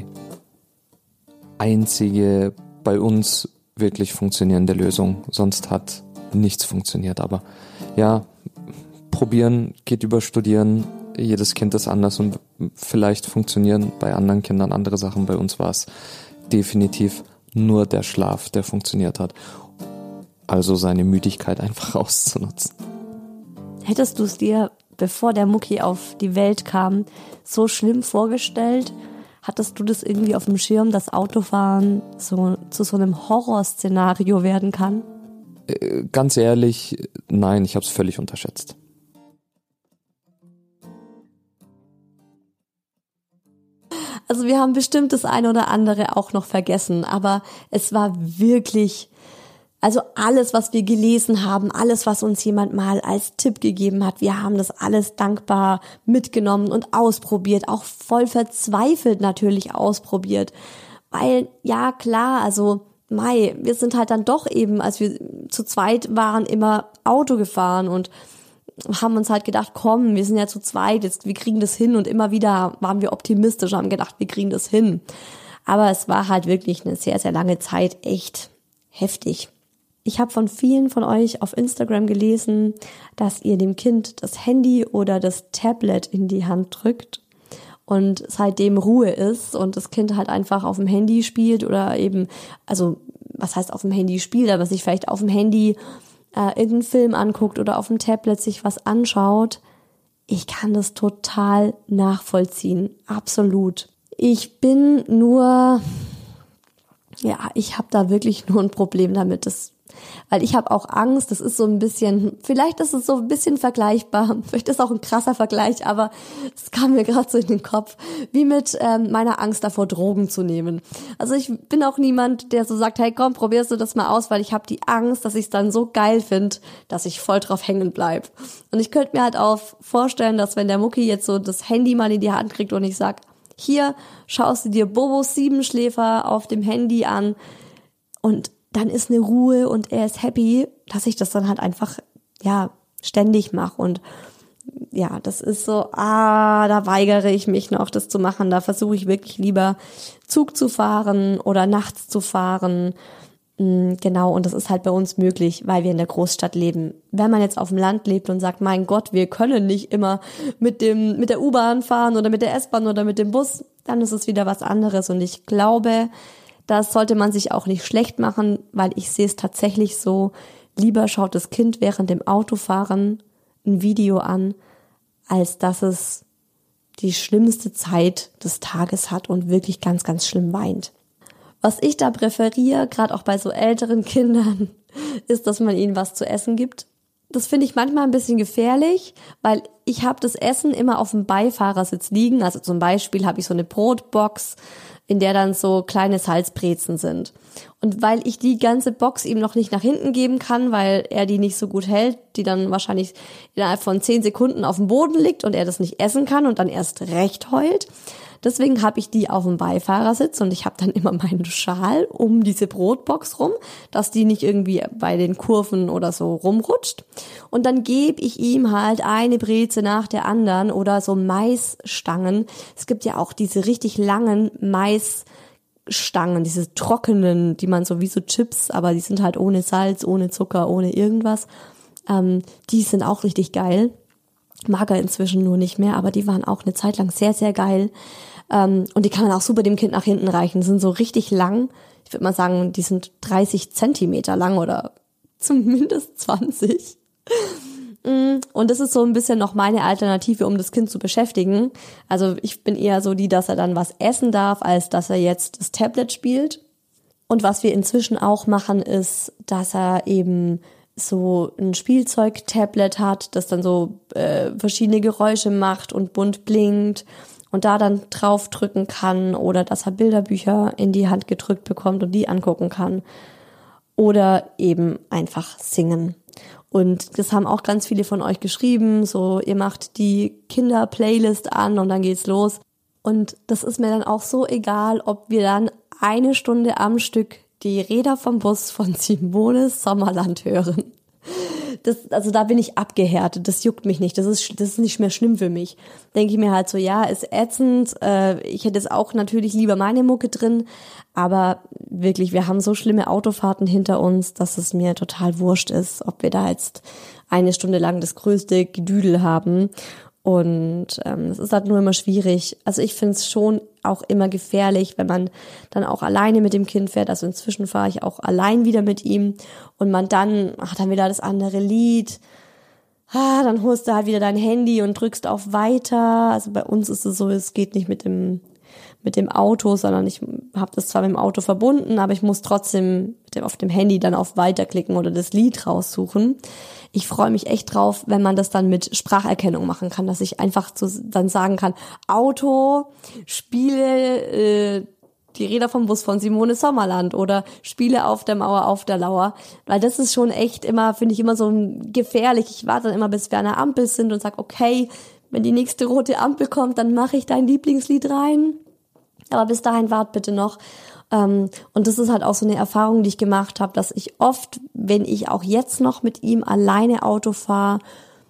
einzige bei uns wirklich funktionierende Lösung. Sonst hat nichts funktioniert. Aber ja, probieren geht über studieren. Jedes Kind ist anders und vielleicht funktionieren bei anderen Kindern andere Sachen. Bei uns war es definitiv nur der Schlaf, der funktioniert hat. Also seine Müdigkeit einfach auszunutzen. Hättest du es dir, bevor der Mucki auf die Welt kam, so schlimm vorgestellt? Hattest du das irgendwie auf dem Schirm, dass Autofahren so zu so einem Horrorszenario werden kann? Äh, ganz ehrlich, nein, ich habe es völlig unterschätzt. Also wir haben bestimmt das eine oder andere auch noch vergessen, aber es war wirklich, also alles, was wir gelesen haben, alles, was uns jemand mal als Tipp gegeben hat, wir haben das alles dankbar mitgenommen und ausprobiert, auch voll verzweifelt natürlich ausprobiert, weil ja klar, also Mai, wir sind halt dann doch eben, als wir zu zweit waren, immer Auto gefahren und haben uns halt gedacht, komm, wir sind ja zu zweit, jetzt, wir kriegen das hin und immer wieder waren wir optimistisch, haben gedacht, wir kriegen das hin. Aber es war halt wirklich eine sehr, sehr lange Zeit echt heftig. Ich habe von vielen von euch auf Instagram gelesen, dass ihr dem Kind das Handy oder das Tablet in die Hand drückt und seitdem Ruhe ist und das Kind halt einfach auf dem Handy spielt oder eben, also was heißt auf dem Handy spielt, aber sich vielleicht auf dem Handy irgendeinen Film anguckt oder auf dem Tablet sich was anschaut, ich kann das total nachvollziehen, absolut. Ich bin nur, ja, ich habe da wirklich nur ein Problem damit, das, weil ich habe auch Angst, das ist so ein bisschen, vielleicht ist es so ein bisschen vergleichbar, vielleicht ist es auch ein krasser Vergleich, aber es kam mir gerade so in den Kopf, wie mit ähm, meiner Angst davor, Drogen zu nehmen. Also ich bin auch niemand, der so sagt, hey komm, probierst du das mal aus, weil ich habe die Angst, dass ich es dann so geil finde, dass ich voll drauf hängen bleib. Und ich könnte mir halt auch vorstellen, dass wenn der Mucki jetzt so das Handy mal in die Hand kriegt und ich sag, hier schaust du dir Bobos Siebenschläfer auf dem Handy an und dann ist eine Ruhe und er ist happy, dass ich das dann halt einfach, ja, ständig mache. Und ja, das ist so, ah, da weigere ich mich noch, das zu machen. Da versuche ich wirklich lieber Zug zu fahren oder nachts zu fahren. Genau, und das ist halt bei uns möglich, weil wir in der Großstadt leben. Wenn man jetzt auf dem Land lebt und sagt, mein Gott, wir können nicht immer mit dem mit der U-Bahn fahren oder mit der S-Bahn oder mit dem Bus, dann ist es wieder was anderes. Und ich glaube, das sollte man sich auch nicht schlecht machen, weil ich sehe es tatsächlich so, lieber schaut das Kind während dem Autofahren ein Video an, als dass es die schlimmste Zeit des Tages hat und wirklich ganz, ganz schlimm weint. Was ich da präferiere, gerade auch bei so älteren Kindern, ist, dass man ihnen was zu essen gibt. Das finde ich manchmal ein bisschen gefährlich, weil ich habe das Essen immer auf dem Beifahrersitz liegen. Also zum Beispiel habe ich so eine Brotbox, in der dann so kleine Salzbrezen sind. Und weil ich die ganze Box ihm noch nicht nach hinten geben kann, weil er die nicht so gut hält, die dann wahrscheinlich innerhalb von zehn Sekunden auf dem Boden liegt und er das nicht essen kann und dann erst recht heult. Deswegen habe ich die auf dem Beifahrersitz und ich habe dann immer meinen Schal um diese Brotbox rum, dass die nicht irgendwie bei den Kurven oder so rumrutscht. Und dann gebe ich ihm halt eine Breze nach der anderen oder so Maisstangen. Es gibt ja auch diese richtig langen Maisstangen, diese trockenen, die man so wie so Chips, aber die sind halt ohne Salz, ohne Zucker, ohne irgendwas. Ähm, die sind auch richtig geil. Mag er inzwischen nur nicht mehr, aber die waren auch eine Zeit lang sehr, sehr geil. Ähm, und die kann man auch super dem Kind nach hinten reichen. Die sind so richtig lang. Ich würde mal sagen, die sind dreißig Zentimeter lang oder zumindest zwanzig. Und das ist so ein bisschen noch meine Alternative, um das Kind zu beschäftigen. Also ich bin eher so die, dass er dann was essen darf, als dass er jetzt das Tablet spielt. Und was wir inzwischen auch machen, ist, dass er eben so ein Spielzeug-Tablet hat, das dann so äh, verschiedene Geräusche macht und bunt blinkt und da dann draufdrücken kann oder dass er Bilderbücher in die Hand gedrückt bekommt und die angucken kann oder eben einfach singen. Und das haben auch ganz viele von euch geschrieben, so ihr macht die Kinder-Playlist an und dann geht's los. Und das ist mir dann auch so egal, ob wir dann eine Stunde am Stück die Räder vom Bus von Simone Sommerland hören. Das, also da bin ich abgehärtet, das juckt mich nicht, das ist, das ist nicht mehr schlimm für mich. Denke ich mir halt so, ja, ist ätzend, äh, ich hätte jetzt auch natürlich lieber meine Mucke drin, aber wirklich, wir haben so schlimme Autofahrten hinter uns, dass es mir total wurscht ist, ob wir da jetzt eine Stunde lang das größte Gedüdel haben. Und ähm, es ist halt nur immer schwierig. Also ich finde es schon auch immer gefährlich, wenn man dann auch alleine mit dem Kind fährt. Also inzwischen fahre ich auch allein wieder mit ihm und man dann, ach, dann wieder das andere Lied. Ah, dann holst du halt wieder dein Handy und drückst auf Weiter. Also bei uns ist es so, es geht nicht mit dem mit dem Auto, sondern ich habe das zwar mit dem Auto verbunden, aber ich muss trotzdem mit dem, auf dem Handy dann auf Weiter klicken oder das Lied raussuchen. Ich freue mich echt drauf, wenn man das dann mit Spracherkennung machen kann, dass ich einfach so dann sagen kann, Auto, spiele äh, die Räder vom Bus von Simone Sommerland oder spiele auf der Mauer auf der Lauer, weil das ist schon echt immer, finde ich immer so gefährlich. Ich warte dann immer, bis wir an der Ampel sind und sag, okay, wenn die nächste rote Ampel kommt, dann mache ich dein Lieblingslied rein. Aber bis dahin wart bitte noch. Und das ist halt auch so eine Erfahrung, die ich gemacht habe, dass ich oft, wenn ich auch jetzt noch mit ihm alleine Auto fahre,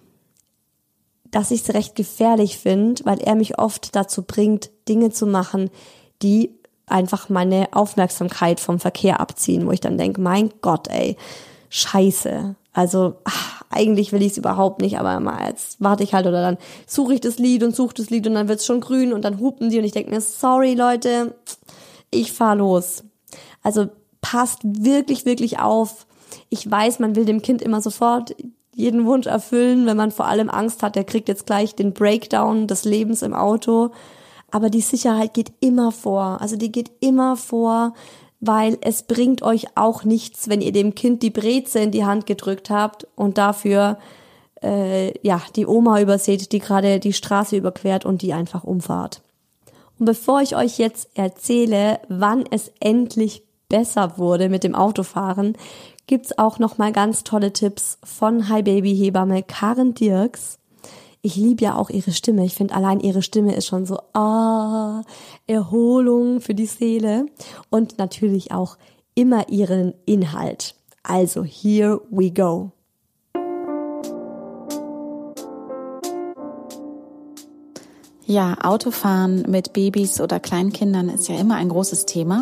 dass ich es recht gefährlich finde, weil er mich oft dazu bringt, Dinge zu machen, die einfach meine Aufmerksamkeit vom Verkehr abziehen, wo ich dann denke, mein Gott, ey, scheiße. Also ach, eigentlich will ich es überhaupt nicht, aber mal jetzt warte ich halt oder dann suche ich das Lied und suche das Lied und dann wird's schon grün und dann hupen die und ich denke mir, sorry Leute, ich fahr los. Also passt wirklich, wirklich auf. Ich weiß, man will dem Kind immer sofort jeden Wunsch erfüllen, wenn man vor allem Angst hat, der kriegt jetzt gleich den Breakdown des Lebens im Auto. Aber die Sicherheit geht immer vor. Also die geht immer vor, weil es bringt euch auch nichts, wenn ihr dem Kind die Breze in die Hand gedrückt habt und dafür äh, ja die Oma überseht, die gerade die Straße überquert und die einfach umfahrt. Und bevor ich euch jetzt erzähle, wann es endlich besser wurde mit dem Autofahren, gibt's auch noch mal ganz tolle Tipps von Hi Baby Hebamme Karen Dirks. Ich liebe ja auch ihre Stimme. Ich finde, allein ihre Stimme ist schon so ah, Erholung für die Seele. Und natürlich auch immer ihren Inhalt. Also, here we go. Ja, Autofahren mit Babys oder Kleinkindern ist ja immer ein großes Thema.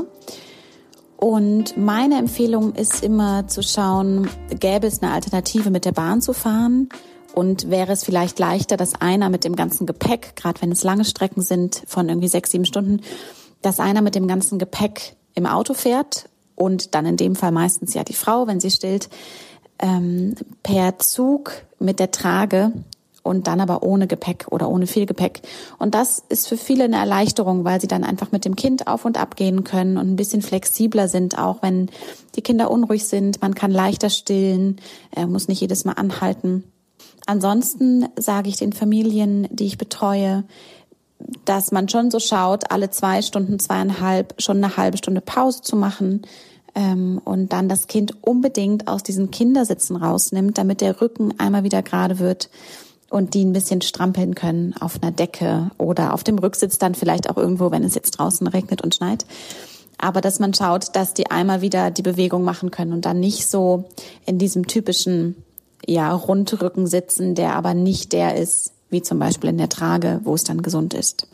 Und meine Empfehlung ist immer zu schauen, gäbe es eine Alternative mit der Bahn zu fahren? Und wäre es vielleicht leichter, dass einer mit dem ganzen Gepäck, gerade wenn es lange Strecken sind von irgendwie sechs, sieben Stunden, dass einer mit dem ganzen Gepäck im Auto fährt und dann in dem Fall meistens ja die Frau, wenn sie stillt, ähm, per Zug mit der Trage und dann aber ohne Gepäck oder ohne viel Gepäck. Und das ist für viele eine Erleichterung, weil sie dann einfach mit dem Kind auf und ab gehen können und ein bisschen flexibler sind, auch wenn die Kinder unruhig sind. Man kann leichter stillen, äh, muss nicht jedes Mal anhalten. Ansonsten sage ich den Familien, die ich betreue, dass man schon so schaut, alle zwei Stunden, zweieinhalb, schon eine halbe Stunde Pause zu machen ähm, und dann das Kind unbedingt aus diesen Kindersitzen rausnimmt, damit der Rücken einmal wieder gerade wird und die ein bisschen strampeln können auf einer Decke oder auf dem Rücksitz dann vielleicht auch irgendwo, wenn es jetzt draußen regnet und schneit. Aber dass man schaut, dass die einmal wieder die Bewegung machen können und dann nicht so in diesem typischen ja, Rundrücken sitzen, der aber nicht der ist, wie zum Beispiel in der Trage, wo es dann gesund ist.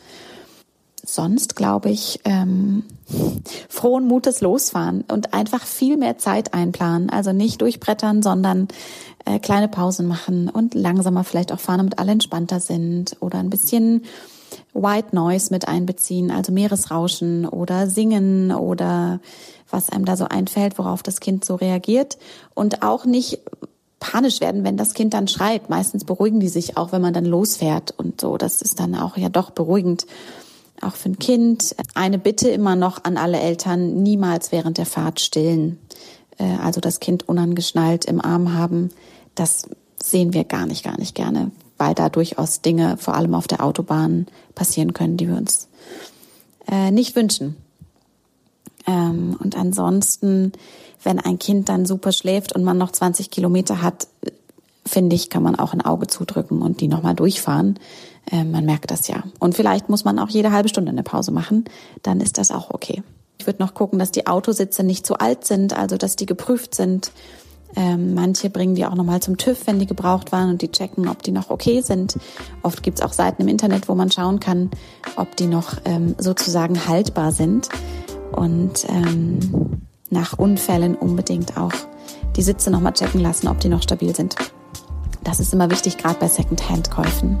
Sonst glaube ich, ähm, frohen Mutes losfahren und einfach viel mehr Zeit einplanen. Also nicht durchbrettern, sondern äh, kleine Pausen machen und langsamer vielleicht auch fahren, damit alle entspannter sind oder ein bisschen White Noise mit einbeziehen, also Meeresrauschen oder Singen oder was einem da so einfällt, worauf das Kind so reagiert und auch nicht panisch werden, wenn das Kind dann schreit. Meistens beruhigen die sich auch, wenn man dann losfährt und so. Das ist dann auch ja doch beruhigend. Auch für ein Kind. Eine Bitte immer noch an alle Eltern, niemals während der Fahrt stillen. Also das Kind unangeschnallt im Arm haben, das sehen wir gar nicht, gar nicht gerne, weil da durchaus Dinge, vor allem auf der Autobahn, passieren können, die wir uns nicht wünschen. Ähm, und ansonsten, wenn ein Kind dann super schläft und man noch zwanzig Kilometer hat, finde ich, kann man auch ein Auge zudrücken und die nochmal durchfahren. Ähm, man merkt das ja. Und vielleicht muss man auch jede halbe Stunde eine Pause machen. Dann ist das auch okay. Ich würde noch gucken, dass die Autositze nicht zu alt sind, also dass die geprüft sind. Ähm, manche bringen die auch nochmal zum TÜV, wenn die gebraucht waren, und die checken, ob die noch okay sind. Oft gibt's auch Seiten im Internet, wo man schauen kann, ob die noch ähm, sozusagen haltbar sind. Und ähm, nach Unfällen unbedingt auch die Sitze nochmal checken lassen, ob die noch stabil sind. Das ist immer wichtig, gerade bei Second-Hand-Käufen.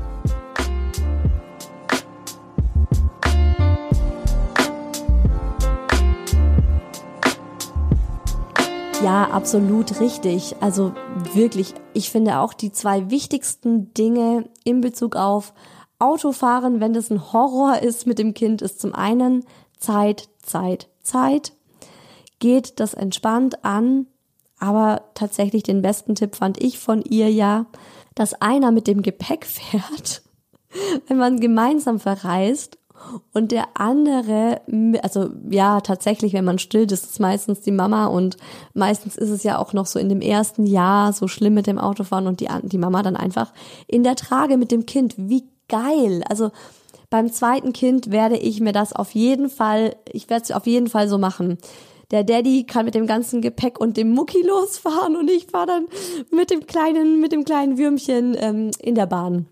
Ja, absolut richtig. Also wirklich, ich finde auch die zwei wichtigsten Dinge in Bezug auf Autofahren, wenn das ein Horror ist mit dem Kind, ist zum einen Zeit, Zeit, Zeit. Geht das entspannt an, aber tatsächlich den besten Tipp fand ich von ihr ja, dass einer mit dem Gepäck fährt, wenn man gemeinsam verreist, und der andere, also ja, tatsächlich, wenn man stillt, ist es meistens die Mama, und meistens ist es ja auch noch so in dem ersten Jahr so schlimm mit dem Autofahren und die, die Mama dann einfach in der Trage mit dem Kind. Wie geil! Also beim zweiten Kind werde ich mir das auf jeden Fall, ich werde es auf jeden Fall so machen. Der Daddy kann mit dem ganzen Gepäck und dem Mucki losfahren und ich fahre dann mit dem kleinen, mit dem kleinen Würmchen ähm, in der Bahn.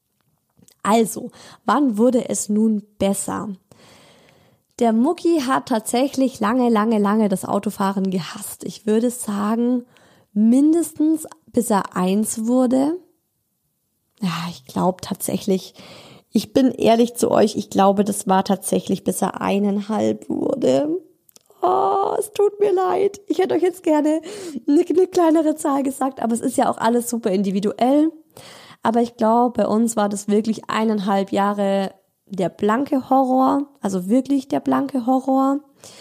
Also, wann wurde es nun besser? Der Mucki hat tatsächlich lange, lange, lange das Autofahren gehasst. Ich würde sagen, mindestens bis er eins wurde. Ja, ich glaube tatsächlich, ich bin ehrlich zu euch, ich glaube, das war tatsächlich, bis er eineinhalb wurde. Oh, es tut mir leid. Ich hätte euch jetzt gerne eine, eine kleinere Zahl gesagt, aber es ist ja auch alles super individuell. Aber ich glaube, bei uns war das wirklich eineinhalb Jahre der blanke Horror, also wirklich der blanke Horror.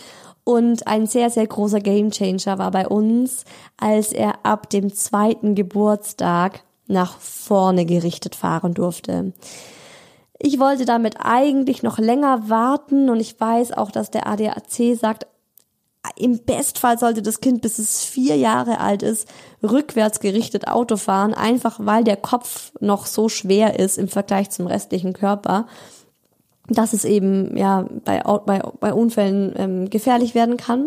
Und ein sehr, sehr großer Gamechanger war bei uns, als er ab dem zweiten Geburtstag nach vorne gerichtet fahren durfte. Ich wollte damit eigentlich noch länger warten und ich weiß auch, dass der A D A C sagt, im Bestfall sollte das Kind, bis es vier Jahre alt ist, rückwärts gerichtet Auto fahren, einfach weil der Kopf noch so schwer ist im Vergleich zum restlichen Körper, dass es eben ja bei bei, bei Unfällen ähm, gefährlich werden kann.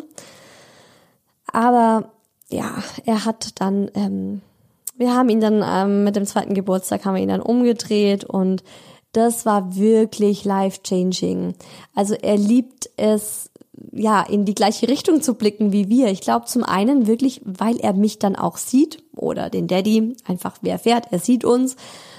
Aber ja, er hat dann, ähm, wir haben ihn dann ähm, mit dem zweiten Geburtstag haben wir ihn dann umgedreht und das war wirklich life-changing. Also er liebt es, ja, in die gleiche Richtung zu blicken wie wir. Ich glaube zum einen wirklich, weil er mich dann auch sieht oder den Daddy, einfach wer fährt, er sieht uns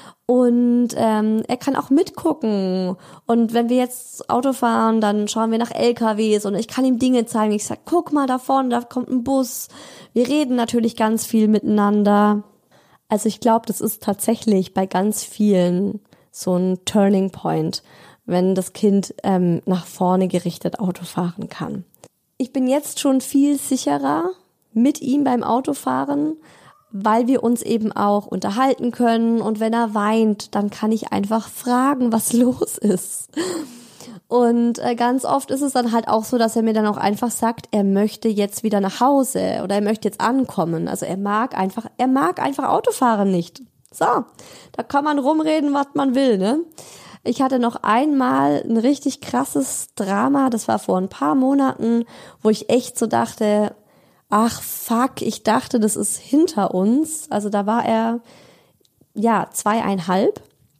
und ähm, er kann auch mitgucken und wenn wir jetzt Auto fahren, dann schauen wir nach L K Ws und ich kann ihm Dinge zeigen. Ich sag, guck mal da vorne, da kommt ein Bus. Wir reden natürlich ganz viel miteinander. Also ich glaube, das ist tatsächlich bei ganz vielen so ein Turning Point, wenn das Kind ähm, nach vorne gerichtet Auto fahren kann. Ich bin jetzt schon viel sicherer mit ihm beim Autofahren, weil wir uns eben auch unterhalten können und wenn er weint, dann kann ich einfach fragen, was los ist. Und äh, ganz oft ist es dann halt auch so, dass er mir dann auch einfach sagt, er möchte jetzt wieder nach Hause oder er möchte jetzt ankommen. Also er mag einfach, er mag einfach Autofahren nicht. So, da kann man rumreden, was man will, ne? Ich hatte noch einmal ein richtig krasses Drama, das war vor ein paar Monaten, wo ich echt so dachte, ach fuck, ich dachte, das ist hinter uns. Also da war er, ja, zweieinhalb.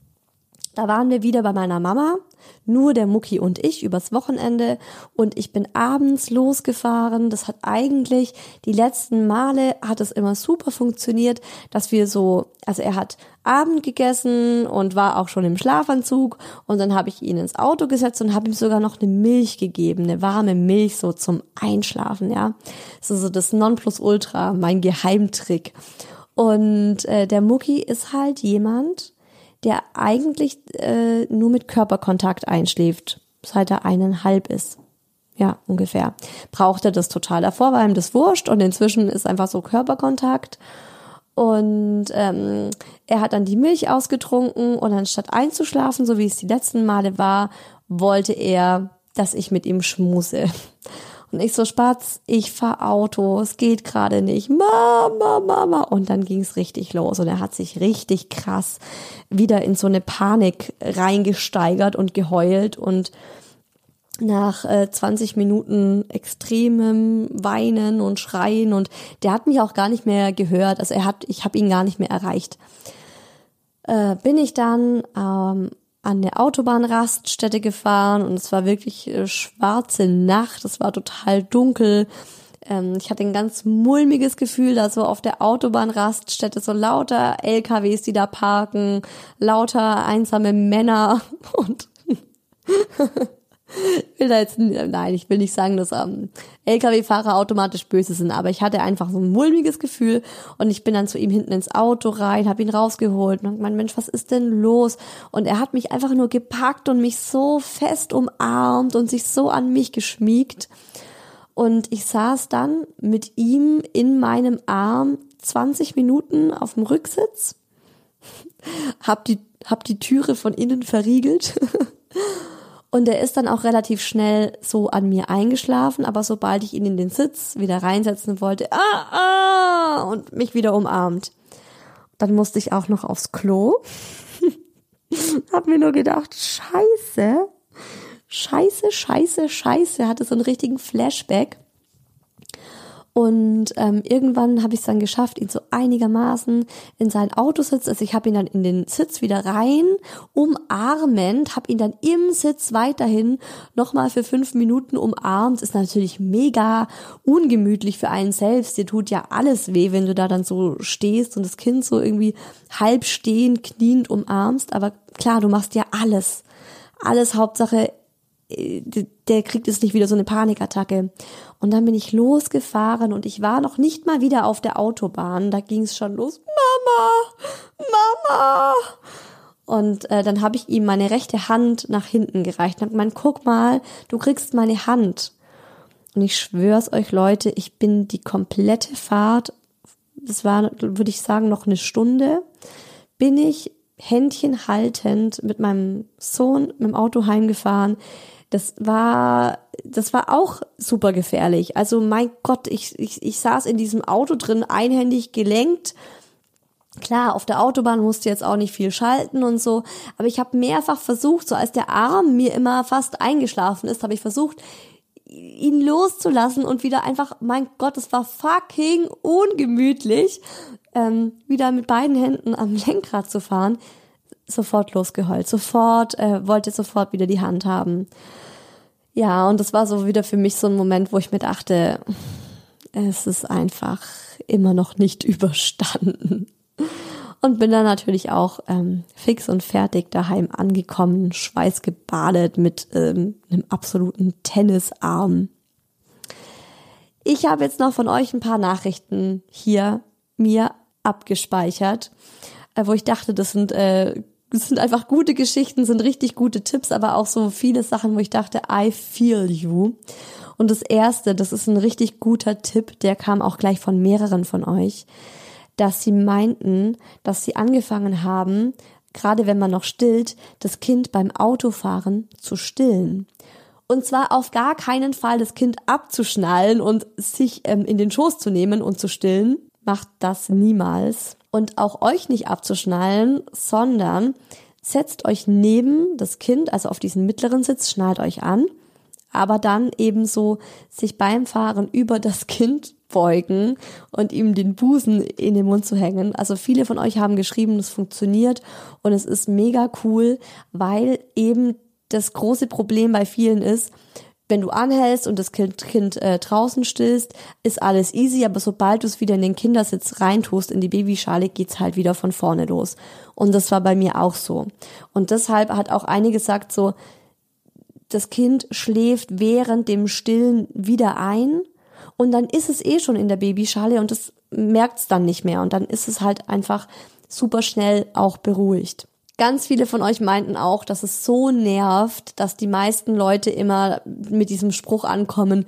Da waren wir wieder bei meiner Mama, nur der Mucki und ich übers Wochenende und ich bin abends losgefahren. Das hat eigentlich, die letzten Male hat es immer super funktioniert, dass wir so, also er hat Abend gegessen und war auch schon im Schlafanzug und dann habe ich ihn ins Auto gesetzt und habe ihm sogar noch eine Milch gegeben, eine warme Milch so zum Einschlafen, ja. Das ist so das Nonplusultra, mein Geheimtrick. Und äh, der Mucki ist halt jemand, der eigentlich äh, nur mit Körperkontakt einschläft, seit er eineinhalb ist. Ja, ungefähr. Braucht er das total. Davor war ihm das wurscht und inzwischen ist einfach so Körperkontakt. Und ähm, er hat dann die Milch ausgetrunken und anstatt einzuschlafen, so wie es die letzten Male war, wollte er, dass ich mit ihm schmuse. Und ich so, Spatz, ich fahr Auto, es geht gerade nicht, Mama, Mama. Und dann ging's richtig los und er hat sich richtig krass wieder in so eine Panik reingesteigert und geheult und nach äh, zwanzig Minuten extremem Weinen und Schreien und der hat mich auch gar nicht mehr gehört, also er hat, ich habe ihn gar nicht mehr erreicht. Äh, bin ich dann ähm, an der Autobahnraststätte gefahren und es war wirklich äh, schwarze Nacht, es war total dunkel. Ähm, ich hatte ein ganz mulmiges Gefühl, da so auf der Autobahnraststätte so lauter L K Ws, die da parken, lauter einsame Männer und ich will da jetzt, nein, ich will nicht sagen, dass ähm, L K W-Fahrer automatisch böse sind, aber ich hatte einfach so ein mulmiges Gefühl und ich bin dann zu ihm hinten ins Auto rein, habe ihn rausgeholt und mein Mensch, was ist denn los? Und er hat mich einfach nur gepackt und mich so fest umarmt und sich so an mich geschmiegt und ich saß dann mit ihm in meinem Arm zwanzig Minuten auf dem Rücksitz, hab die, hab die Türe von innen verriegelt. Und er ist dann auch relativ schnell so an mir eingeschlafen, aber sobald ich ihn in den Sitz wieder reinsetzen wollte, ah, ah, und mich wieder umarmt. Dann musste ich auch noch aufs Klo. Hab mir nur gedacht, scheiße, scheiße, scheiße, scheiße, hatte so einen richtigen Flashback. Und ähm, irgendwann habe ich es dann geschafft, ihn so einigermaßen in seinen Autositz, also ich habe ihn dann in den Sitz wieder rein, umarmend, habe ihn dann im Sitz weiterhin nochmal für fünf Minuten umarmt. Ist natürlich mega ungemütlich für einen selbst, dir tut ja alles weh, wenn du da dann so stehst und das Kind so irgendwie halb stehend, kniend umarmst, aber klar, du machst ja alles, alles, Hauptsache der kriegt jetzt nicht wieder so eine Panikattacke. Und dann bin ich losgefahren und ich war noch nicht mal wieder auf der Autobahn. Da ging es schon los. Mama, Mama. Und äh, dann habe ich ihm meine rechte Hand nach hinten gereicht und habe gemeint, guck mal, du kriegst meine Hand. Und ich schwör's euch, Leute, ich bin die komplette Fahrt, das war, würde ich sagen, noch eine Stunde, bin ich Händchen haltend mit meinem Sohn mit dem Auto heimgefahren. Das war, das war auch super gefährlich. Also mein Gott, ich, ich, ich saß in diesem Auto drin, einhändig gelenkt. Klar, auf der Autobahn musste jetzt auch nicht viel schalten und so, aber ich habe mehrfach versucht, so als der Arm mir immer fast eingeschlafen ist, habe ich versucht, ihn loszulassen und wieder einfach, mein Gott, es war fucking ungemütlich, ähm, wieder mit beiden Händen am Lenkrad zu fahren. Sofort losgeheult, sofort, äh, wollte sofort wieder die Hand haben. Ja, und das war so wieder für mich so ein Moment, wo ich mir dachte, es ist einfach immer noch nicht überstanden. Und bin dann natürlich auch ähm, fix und fertig daheim angekommen, schweißgebadet mit ähm, einem absoluten Tennisarm. Ich habe jetzt noch von euch ein paar Nachrichten hier mir abgespeichert, äh, wo ich dachte, das sind äh, das sind einfach gute Geschichten, sind richtig gute Tipps, aber auch so viele Sachen, wo ich dachte, I feel you. Und das erste, das ist ein richtig guter Tipp, der kam auch gleich von mehreren von euch, dass sie meinten, dass sie angefangen haben, gerade wenn man noch stillt, das Kind beim Autofahren zu stillen. Und zwar auf gar keinen Fall das Kind abzuschnallen und sich ähm, in den Schoß zu nehmen und zu stillen. Macht das niemals. Und auch euch nicht abzuschnallen, sondern setzt euch neben das Kind, also auf diesen mittleren Sitz, schnallt euch an, aber dann ebenso sich beim Fahren über das Kind beugen und ihm den Busen in den Mund zu hängen. Also viele von euch haben geschrieben, das funktioniert und es ist mega cool, weil eben das große Problem bei vielen ist, wenn du anhältst und das Kind, kind äh, draußen stillst, ist alles easy, aber sobald du es wieder in den Kindersitz reintust, in die Babyschale, geht's halt wieder von vorne los. Und das war bei mir auch so. Und deshalb hat auch einige gesagt so, das Kind schläft während dem Stillen wieder ein und dann ist es eh schon in der Babyschale und das merkt's dann nicht mehr und dann ist es halt einfach super schnell auch beruhigt. Ganz viele von euch meinten auch, dass es so nervt, dass die meisten Leute immer mit diesem Spruch ankommen,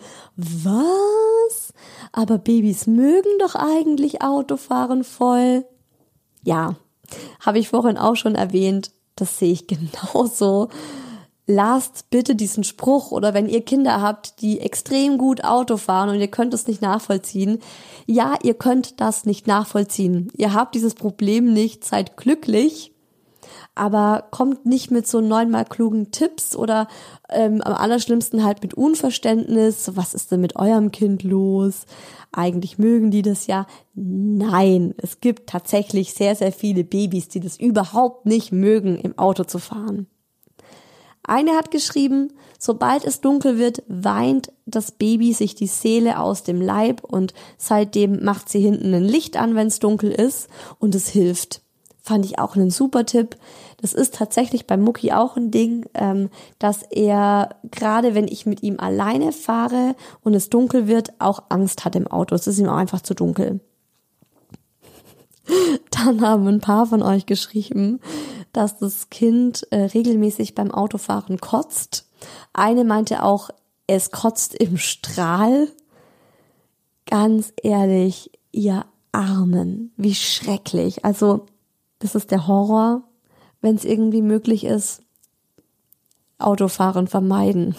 was? Aber Babys mögen doch eigentlich Autofahren voll. Ja, habe ich vorhin auch schon erwähnt, das sehe ich genauso. lasst bitte diesen Spruch, oder wenn ihr Kinder habt, die extrem gut Auto fahren und ihr könnt es nicht nachvollziehen, ja, ihr könnt das nicht nachvollziehen. Ihr habt dieses Problem nicht, seid glücklich, aber kommt nicht mit so neunmal klugen Tipps oder ähm, am allerschlimmsten halt mit Unverständnis. Was ist denn mit eurem Kind los? Eigentlich mögen die das ja. Nein, es gibt tatsächlich sehr, sehr viele Babys, die das überhaupt nicht mögen, im Auto zu fahren. Eine hat geschrieben, sobald es dunkel wird, weint das Baby sich die Seele aus dem Leib und seitdem macht sie hinten ein Licht an, wenn es dunkel ist, und es hilft. Fand ich auch einen super Tipp. Das ist tatsächlich bei Mucki auch ein Ding, ähm, dass er, gerade wenn ich mit ihm alleine fahre und es dunkel wird, auch Angst hat im Auto. Es ist ihm auch einfach zu dunkel. Dann haben ein paar von euch geschrieben, dass das Kind äh, regelmäßig beim Autofahren kotzt. Eine meinte auch, es kotzt im Strahl. Ganz ehrlich, ihr Armen, wie schrecklich. Also das ist der Horror, wenn es irgendwie möglich ist. Autofahren vermeiden.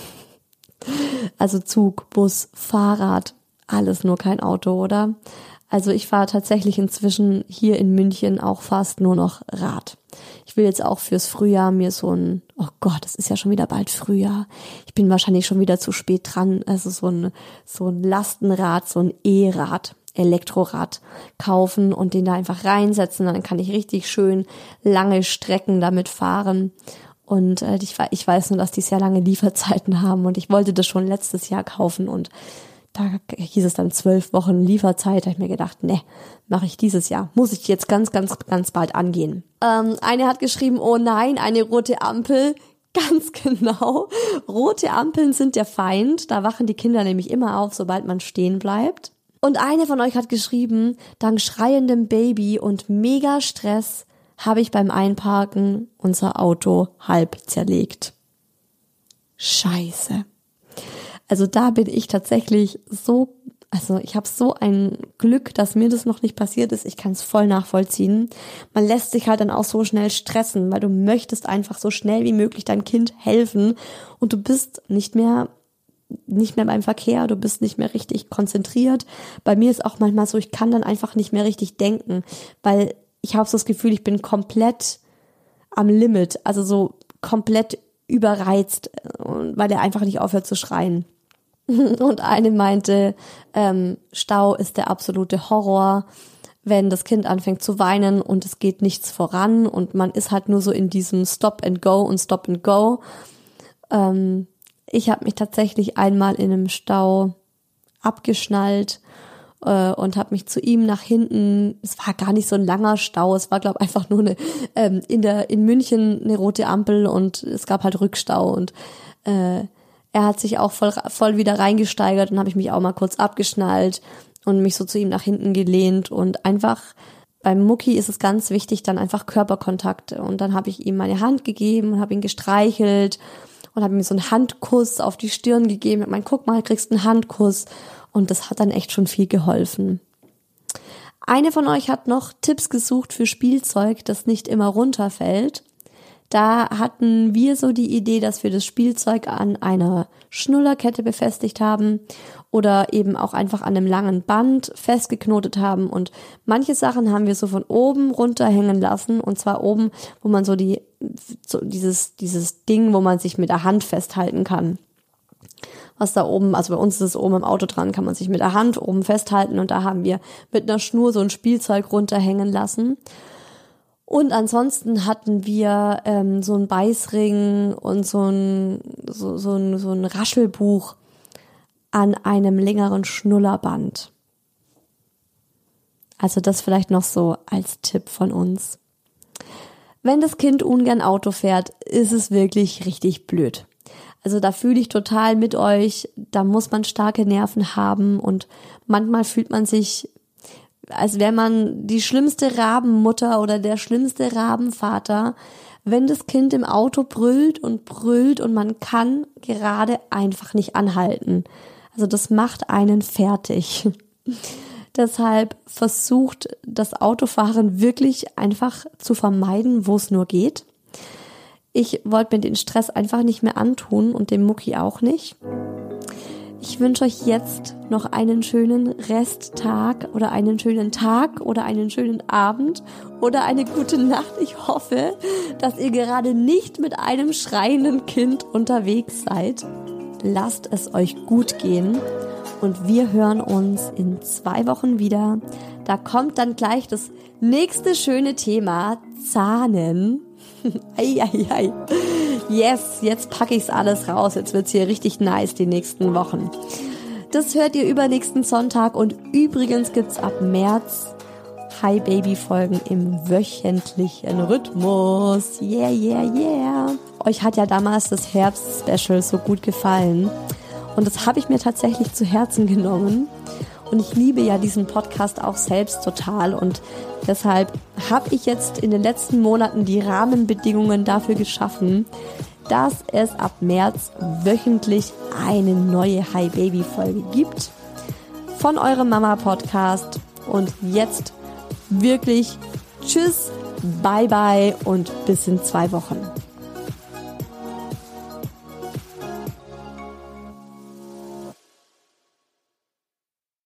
Also Zug, Bus, Fahrrad, alles nur kein Auto, oder? Also ich fahre tatsächlich inzwischen hier in München auch fast nur noch Rad. Ich will jetzt auch fürs Frühjahr mir so ein, oh Gott, es ist ja schon wieder bald Frühjahr. Ich bin wahrscheinlich schon wieder zu spät dran. Also so ein, so ein Lastenrad, so ein E-Rad, Elektrorad kaufen und den da einfach reinsetzen. Dann kann ich richtig schön lange Strecken damit fahren. Und äh, ich, ich weiß nur, dass die sehr lange Lieferzeiten haben und ich wollte das schon letztes Jahr kaufen und da hieß es dann zwölf Wochen Lieferzeit. Da habe ich mir gedacht, ne, mache ich dieses Jahr. Muss ich jetzt ganz, ganz, ganz bald angehen. Ähm, eine hat geschrieben, oh nein, eine rote Ampel. Ganz genau. Rote Ampeln sind der Feind. Da wachen die Kinder nämlich immer auf, sobald man stehen bleibt. Und eine von euch hat geschrieben, dank schreiendem Baby und mega Stress habe ich beim Einparken unser Auto halb zerlegt. Scheiße. Also da bin ich tatsächlich so, also ich habe so ein Glück, dass mir das noch nicht passiert ist. Ich kann es voll nachvollziehen. Man lässt sich halt dann auch so schnell stressen, weil du möchtest einfach so schnell wie möglich deinem Kind helfen und du bist nicht mehr nicht mehr beim Verkehr, du bist nicht mehr richtig konzentriert. Bei mir ist auch manchmal so, ich kann dann einfach nicht mehr richtig denken, weil ich habe so das Gefühl, ich bin komplett am Limit, also so komplett überreizt, weil er einfach nicht aufhört zu schreien. Und eine meinte, ähm, Stau ist der absolute Horror, wenn das Kind anfängt zu weinen und es geht nichts voran und man ist halt nur so in diesem Stop and Go und Stop and Go. Ähm, ich habe mich tatsächlich einmal in einem Stau abgeschnallt äh, und habe mich zu ihm nach hinten, es war gar nicht so ein langer Stau, es war glaube einfach nur eine ähm, in der in München eine rote Ampel und es gab halt Rückstau und äh, er hat sich auch voll, voll wieder reingesteigert und habe ich mich auch mal kurz abgeschnallt und mich so zu ihm nach hinten gelehnt und einfach, beim Mucki ist es ganz wichtig, dann einfach Körperkontakt und dann habe ich ihm meine Hand gegeben und habe ihn gestreichelt und habe ihm so einen Handkuss auf die Stirn gegeben. Ich meine, guck mal, kriegst einen Handkuss und das hat dann echt schon viel geholfen. Eine von euch hat noch Tipps gesucht für Spielzeug, das nicht immer runterfällt. Da hatten wir so die Idee, dass wir das Spielzeug an einer Schnullerkette befestigt haben oder eben auch einfach an einem langen Band festgeknotet haben und manche Sachen haben wir so von oben runterhängen lassen und zwar oben, wo man so die so dieses dieses Ding, wo man sich mit der Hand festhalten kann. Was da oben, also bei uns ist es oben im Auto dran, kann man sich mit der Hand oben festhalten und da haben wir mit einer Schnur so ein Spielzeug runterhängen lassen. Und ansonsten hatten wir ähm, so ein Beißring und so ein, so, so, ein, so ein Raschelbuch an einem längeren Schnullerband. Also das vielleicht noch so als Tipp von uns. Wenn das Kind ungern Auto fährt, ist es wirklich richtig blöd. Also da fühle ich total mit euch, da muss man starke Nerven haben und manchmal fühlt man sich, als wäre man die schlimmste Rabenmutter oder der schlimmste Rabenvater, wenn das Kind im Auto brüllt und brüllt und man kann gerade einfach nicht anhalten. Also das macht einen fertig. Deshalb versucht das Autofahren wirklich einfach zu vermeiden, wo es nur geht. Ich wollte mir den Stress einfach nicht mehr antun und dem Mucki auch nicht. Ich wünsche euch jetzt noch einen schönen Resttag oder einen schönen Tag oder einen schönen Abend oder eine gute Nacht. Ich hoffe, dass ihr gerade nicht mit einem schreienden Kind unterwegs seid. Lasst es euch gut gehen und wir hören uns in zwei Wochen wieder. Da kommt dann gleich das nächste schöne Thema, Zahnen. ei, ei, ei. Yes, jetzt packe ich's alles raus. Jetzt wird's hier richtig nice die nächsten Wochen. Das hört ihr übernächsten Sonntag und übrigens gibt's ab März Hi Baby Folgen im wöchentlichen Rhythmus. Yeah, yeah, yeah. Euch hat ja damals das Herbst-Special so gut gefallen und das habe ich mir tatsächlich zu Herzen genommen. Und ich liebe ja diesen Podcast auch selbst total und deshalb habe ich jetzt in den letzten Monaten die Rahmenbedingungen dafür geschaffen, dass es ab März wöchentlich eine neue Hi Baby Folge gibt von eurem Mama Podcast. Und jetzt wirklich tschüss, bye bye und bis in zwei Wochen.